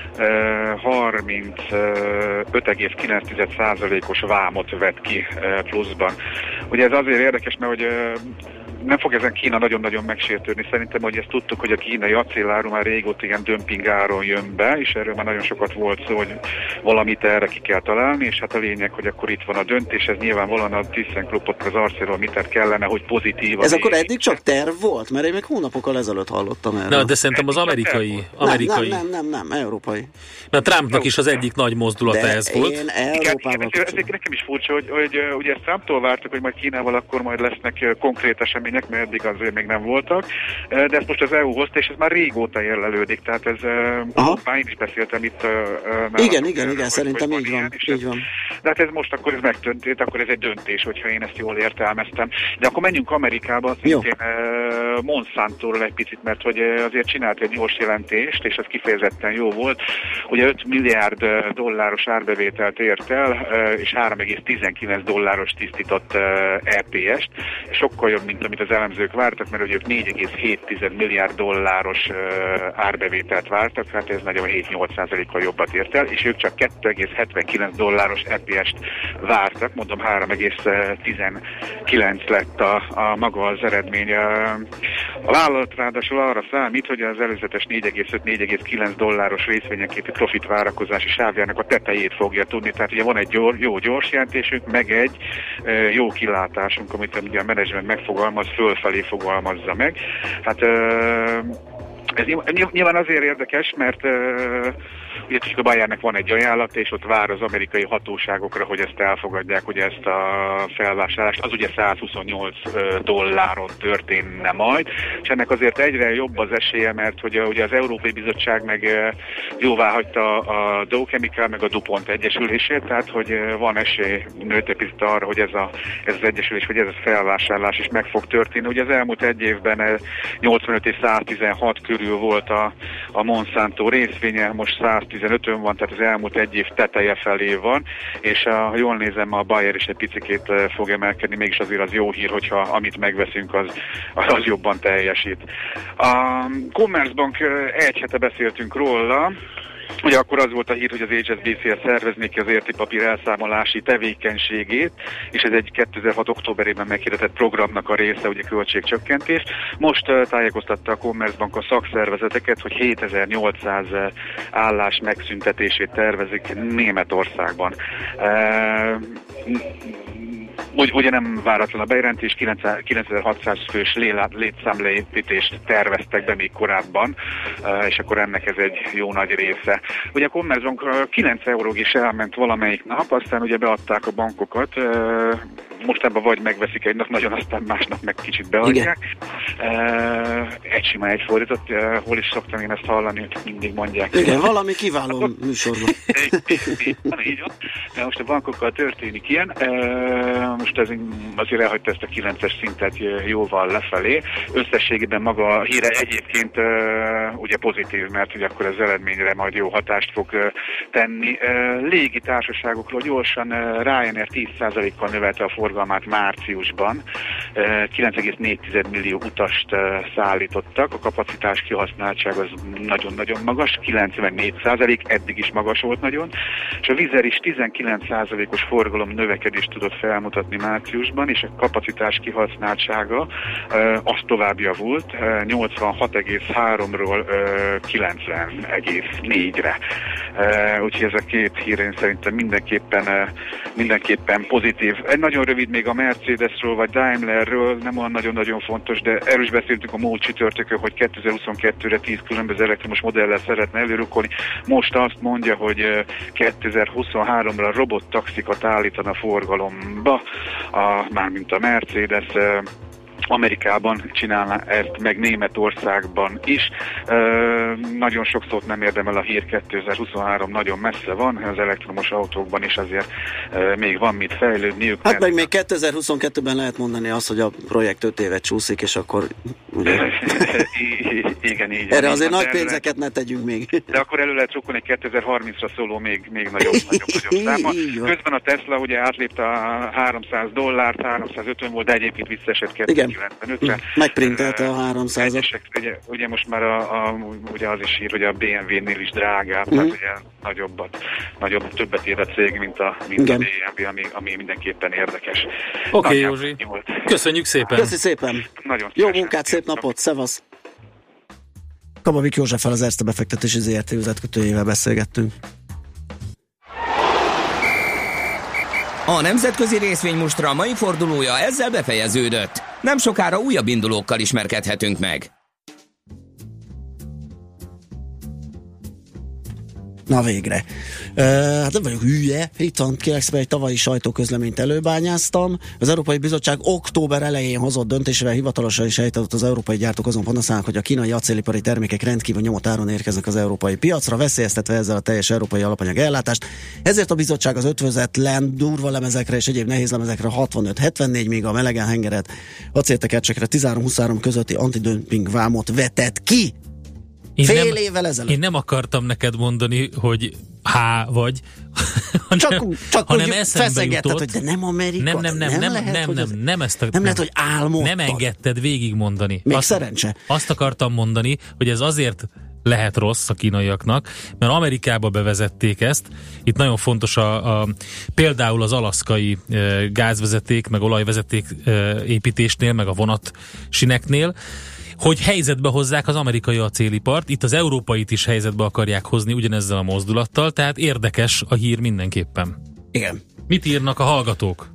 35,9%-os vámot vett ki pluszban. Ugye ez azért érdekes, mert hogy nem fog ezen Kína nagyon-nagyon megsértődni. Szerintem, hogy ezt tudtuk, hogy a kínai acéláru már régóta ilyen dömpingáron jön be, és erről már nagyon sokat volt szó, hogy valamit erre ki kell találni, és hát a lényeg, hogy akkor itt van a döntés, ez nyilvánvalóan a ThyssenKruppot, az ArcelorMittal kellene, hogy pozitív. Ez akkor eddig csak terv volt? Mert én még hónapokkal ezelőtt hallottam erről. Na, de szerintem az amerikai. Nem, európai. Mert Trumpnak is az egyik nagy mozdulata ez volt. Igen, nekem is furcsa, hogy ugye ezt Trumptól vártak, hogy majd Kínával akkor majd lesznek konkrét események részvények, mert eddig azért még nem voltak, de ezt most az EU hozta, és ez már régóta érlelődik, tehát ez már én is beszéltem itt. Igen, szerintem így van. De hát ez most akkor ez megtörtént, akkor ez egy döntés, hogyha én ezt jól értelmeztem. De akkor menjünk Amerikába, szintén Monsantóról egy picit, mert hogy azért csinált egy gyors jelentést, és ez kifejezetten jó volt. Ugye 5 milliárd dolláros árbevételt ért el, és $3,19 tisztított EPS-t. Sokkal jobb, mint amit az elemzők vártak, mert ugye ők $4,7 milliárd árbevételt vártak, hát ez nagyon 7-8%-kal jobbat ért el, és ők csak $2,79 EPS-t vártak, mondom 3,19 lett a maga az eredmény. A vállalat ráadásul arra számít, hogy az előzetes $4,5-4,9 részvényenkénti profit várakozási sávjának a tetejét fogja tudni, tehát ugye van egy jó gyors jelentésünk, meg egy jó kilátásunk, amit ugye a menedzsment megfogalmaz, fölfelé fogalmazza meg. Hát ez nyilván azért érdekes, mert ugye a Bayernek van egy ajánlat, és ott vár az amerikai hatóságokra, hogy ezt elfogadják, hogy ezt a felvásárlást, az ugye $128 történne majd, és ennek azért egyre jobb az esélye, mert hogy ugye az Európai Bizottság meg jóvá hagyta a Dow Chemical meg a DuPont egyesülését, tehát hogy van esély nőtt egy picit arra, hogy ez az egyesülés, vagy ez a felvásárlás is meg fog történni. Ugye az elmúlt egy évben 85 és 116 körül volt a Monsanto részvénye, most 115-ön van, tehát az elmúlt egy év teteje felé van, és ha jól nézem, a Bayer is egy picikét fog emelkedni, mégis azért az jó hír, hogyha amit megveszünk, az jobban teljesít. A Commerzbank egy hete beszéltünk róla, ugye akkor az volt a hír, hogy az HSBC szervezné ki az értékpapír elszámolási tevékenységét, és ez egy 2006. októberében meghirdetett programnak a része, ugye költségcsökkentés. Most tájékoztatta a Commerzbank a szakszervezeteket, hogy 7800 állás megszüntetését tervezik Németországban. Ugye nem váratlan a bejelentés, 9600 fős létszámleépítést terveztek be még korábban, és akkor ennek ez egy jó nagy része. Ugye a Commerzbank 9 euróig is elment valamelyik nap, aztán ugye beadták a bankokat, mostában vagy megveszik egy nap, nagyon, aztán másnap meg kicsit beadják. Egy sima egy fordított, hol is szoktam én ezt hallani, hogy mindig mondják. Igen, valami kiváló műsorban. Így van. De most a bankokkal történik ilyen. Most ez azért elhagyta ezt a 9-es szintet jóval lefelé. Összességében maga a híre egyébként ugye pozitív, mert ugye akkor az eredményre majd jó hatást fog tenni. Légi társaságokról gyorsan Ryanair 10%-kal növelte a forgalmát márciusban. 9,4 millió utast szállítottak. A kapacitás kihasználtság az nagyon-nagyon magas, 94%, eddig is magas volt nagyon. És a Wizz Air is 19%-os forgalom növekedést tudott felmutatni márciusban, és a kapacitás kihasználtsága az tovább javult, 86,3-ról 90,4-re. Úgyhogy ez a két hír én szerintem mindenképpen pozitív. Egy nagyon rövid még a Mercedesről vagy Daimlerről, nem olyan nagyon-nagyon fontos, de erről is beszéltünk a múlt csütörtökön, hogy 2022-re 10 különböző elektromos modellel szeretne előrukkolni. Most azt mondja, hogy 2023-ra a robottaxikat állítana forgalomba, mármint a Mercedes. Amerikában csinálná ezt, meg Németországban is. Nagyon sok szót nem érdemel a hír, 2023 nagyon messze van, az elektromos autókban is azért még van mit fejlődniük. Hát meg még 2022-ben lehet mondani azt, hogy a projekt 5 évet csúszik, és akkor ugye... Igen, így. Erre azért nagy pénzeket ne tegyünk még. De akkor elő lehet csukkolni 2030-ra szóló még nagyobb száma. Közben a Tesla ugye átlépte a $300, 350 volt, de egyébként visszaesett 295-re. Megprintelte a 300-at. Ugye most már ugye az is ír, hogy a BMW-nél is drágább, tehát ugye többet ér a cég, mint a BMW, ami mindenképpen érdekes. Oké, Józsi. Köszönjük szépen. Köszi szépen. Nagyon jó munkát, szép napot, szevasz. Kababik Józseffel, az Erste befektetési ZRT üzletkötőjével beszélgettünk. A nemzetközi részvénymustra mai fordulója ezzel befejeződött. Nem sokára újabb indulókkal ismerkedhetünk meg. Na végre. Hát nem vagyok hülye, itt van, kérlek szépen, egy tavalyi sajtóközleményt előbányáztam. Az Európai Bizottság október elején hozott döntésre hivatalosan is ejtett az európai gyártók azon panaszolnak, hogy a kínai acélipari termékek rendkívül nyomott áron érkeznek az európai piacra, veszélyeztetve ezzel a teljes európai alapanyag ellátást. Ezért a bizottság az ötvözetlen durva lemezekre és egyéb nehéz lemezekre 65-74, míg a melegen hengeret acéltekercsekre 13-23 közötti antidömping vámot vetett ki. Fél évvel ezelőtt. Én nem akartam neked mondani, hogy vagy, hanem eszembe jutott, hogy de nem Amerika, nem lehet, hogy álmodtad. Nem engedted végig mondani. Még szerencse. Azt akartam mondani, hogy ez azért lehet rossz a kínaiaknak, mert Amerikába bevezették ezt. Itt nagyon fontos például az alaszkai gázvezeték, meg olajvezeték építésnél, meg a vonatsineknél, hogy helyzetbe hozzák az amerikai acélipart, itt az európait is helyzetbe akarják hozni ugyanezzel a mozdulattal, tehát érdekes a hír mindenképpen. Igen. Mit írnak a hallgatók?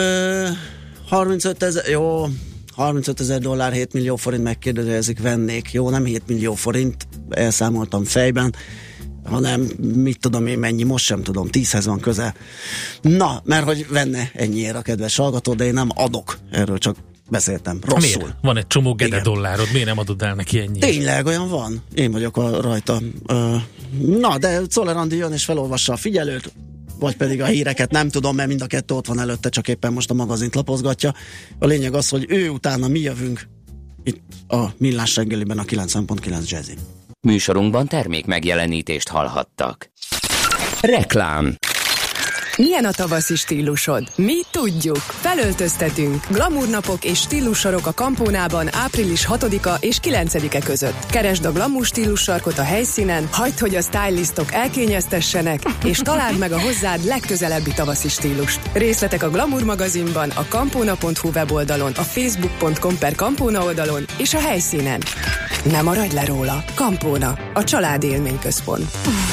35 000 dollár, 7 millió forint megkérdőjelezik, vennék. Jó, nem 7 millió forint, elszámoltam fejben, hanem mit tudom én mennyi, most sem tudom, 10-hez van közel. Na, mert hogy venne ennyiért a kedves hallgató, de én nem adok, erről csak beszéltem. Rosszul. Miért? Van egy csomó gede dollárod, miért nem adod el neki ennyi? Tényleg olyan van. Én vagyok rajta. Na, de Czoller Andi jön és felolvassa a figyelőt, vagy pedig a híreket, nem tudom, mert mind a kettő ott van előtte, csak éppen most a magazint lapozgatja. A lényeg az, hogy ő utána mi jövünk itt a Millás reggeliben a 90.9 Jazzin. Műsorunkban termék megjelenítést hallhattak. Reklám. Milyen a tavaszi stílusod? Mi tudjuk. Felöltöztetünk. Glamour napok és stílussorok a Campónában április 6-a és 9-e között. Keresd a glamour stílussarkot a helyszínen, hagyd, hogy a stylistok elkényeztessenek, és találd meg a hozzád legközelebbi tavaszi stílust. Részletek a Glamour magazinban, a campona.hu weboldalon, a facebook.com/Campona oldalon és a helyszínen. Ne maradj le róla. Campona, a családi élményközpont.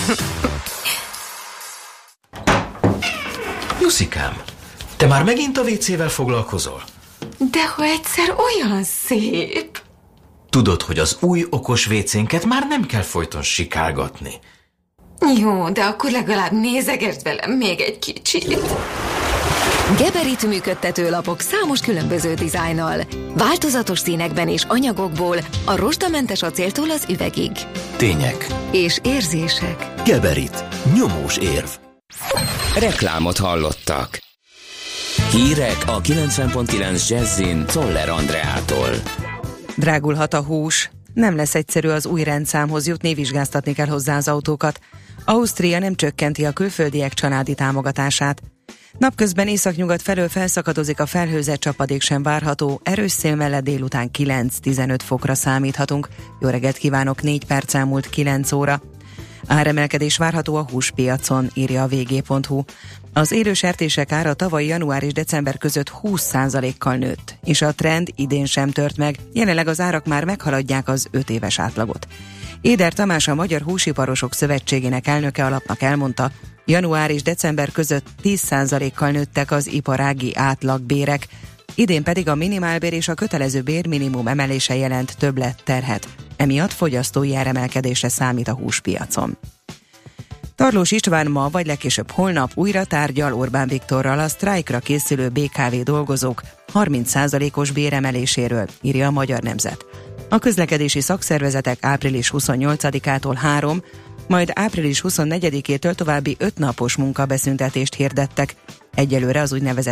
Jusszikám, te már megint a WC-vel foglalkozol? De ha egyszer olyan szép! Tudod, hogy az új okos WC-nket már nem kell folyton sikálgatni. Jó, de akkor legalább nézegesd velem még egy kicsit. Geberit működtető lapok számos különböző dizájnnal, változatos színekben és anyagokból, a rozsdamentes acéltól az üvegig. Tények. És érzések. Geberit. Nyomós érv. Reklámot hallottak. Hírek a 90.9 Jazzin Czoller Andreától. Drágulhat a hús. Nem lesz egyszerű az új rendszámhoz jutni, vizsgáztatni kell hozzá az autókat. Ausztria nem csökkenti a külföldiek családi támogatását. Napközben északnyugat felől felszakadozik a felhőzet, csapadék sem várható, erős szél mellett délután 9-15 fokra számíthatunk. Jó reggelt kívánok, 4 perc elmúlt 9 óra. Áremelkedés várható a húspiacon, írja a vg.hu. Az élősertések ára tavaly január és december között 20%-kal nőtt, és a trend idén sem tört meg, jelenleg az árak már meghaladják az 5 éves átlagot. Éder Tamás, a Magyar Húsiparosok Szövetségének elnöke alapnak elmondta, január és december között 10%-kal nőttek az iparági átlagbérek, idén pedig a minimálbér és a kötelező bérminimum emelése jelent többlet terhet. Emiatt fogyasztói áremelkedésre számít a húspiacon. Tarlós István ma vagy legkésőbb holnap újra tárgyal Orbán Viktorral a sztrájkra készülő BKV dolgozók 30%-os béremeléséről, írja a Magyar Nemzet. A közlekedési szakszervezetek április 28-ától 3, majd április 24-től további 5 napos munkabeszüntetést hirdettek. Egyelőre az úgynevezett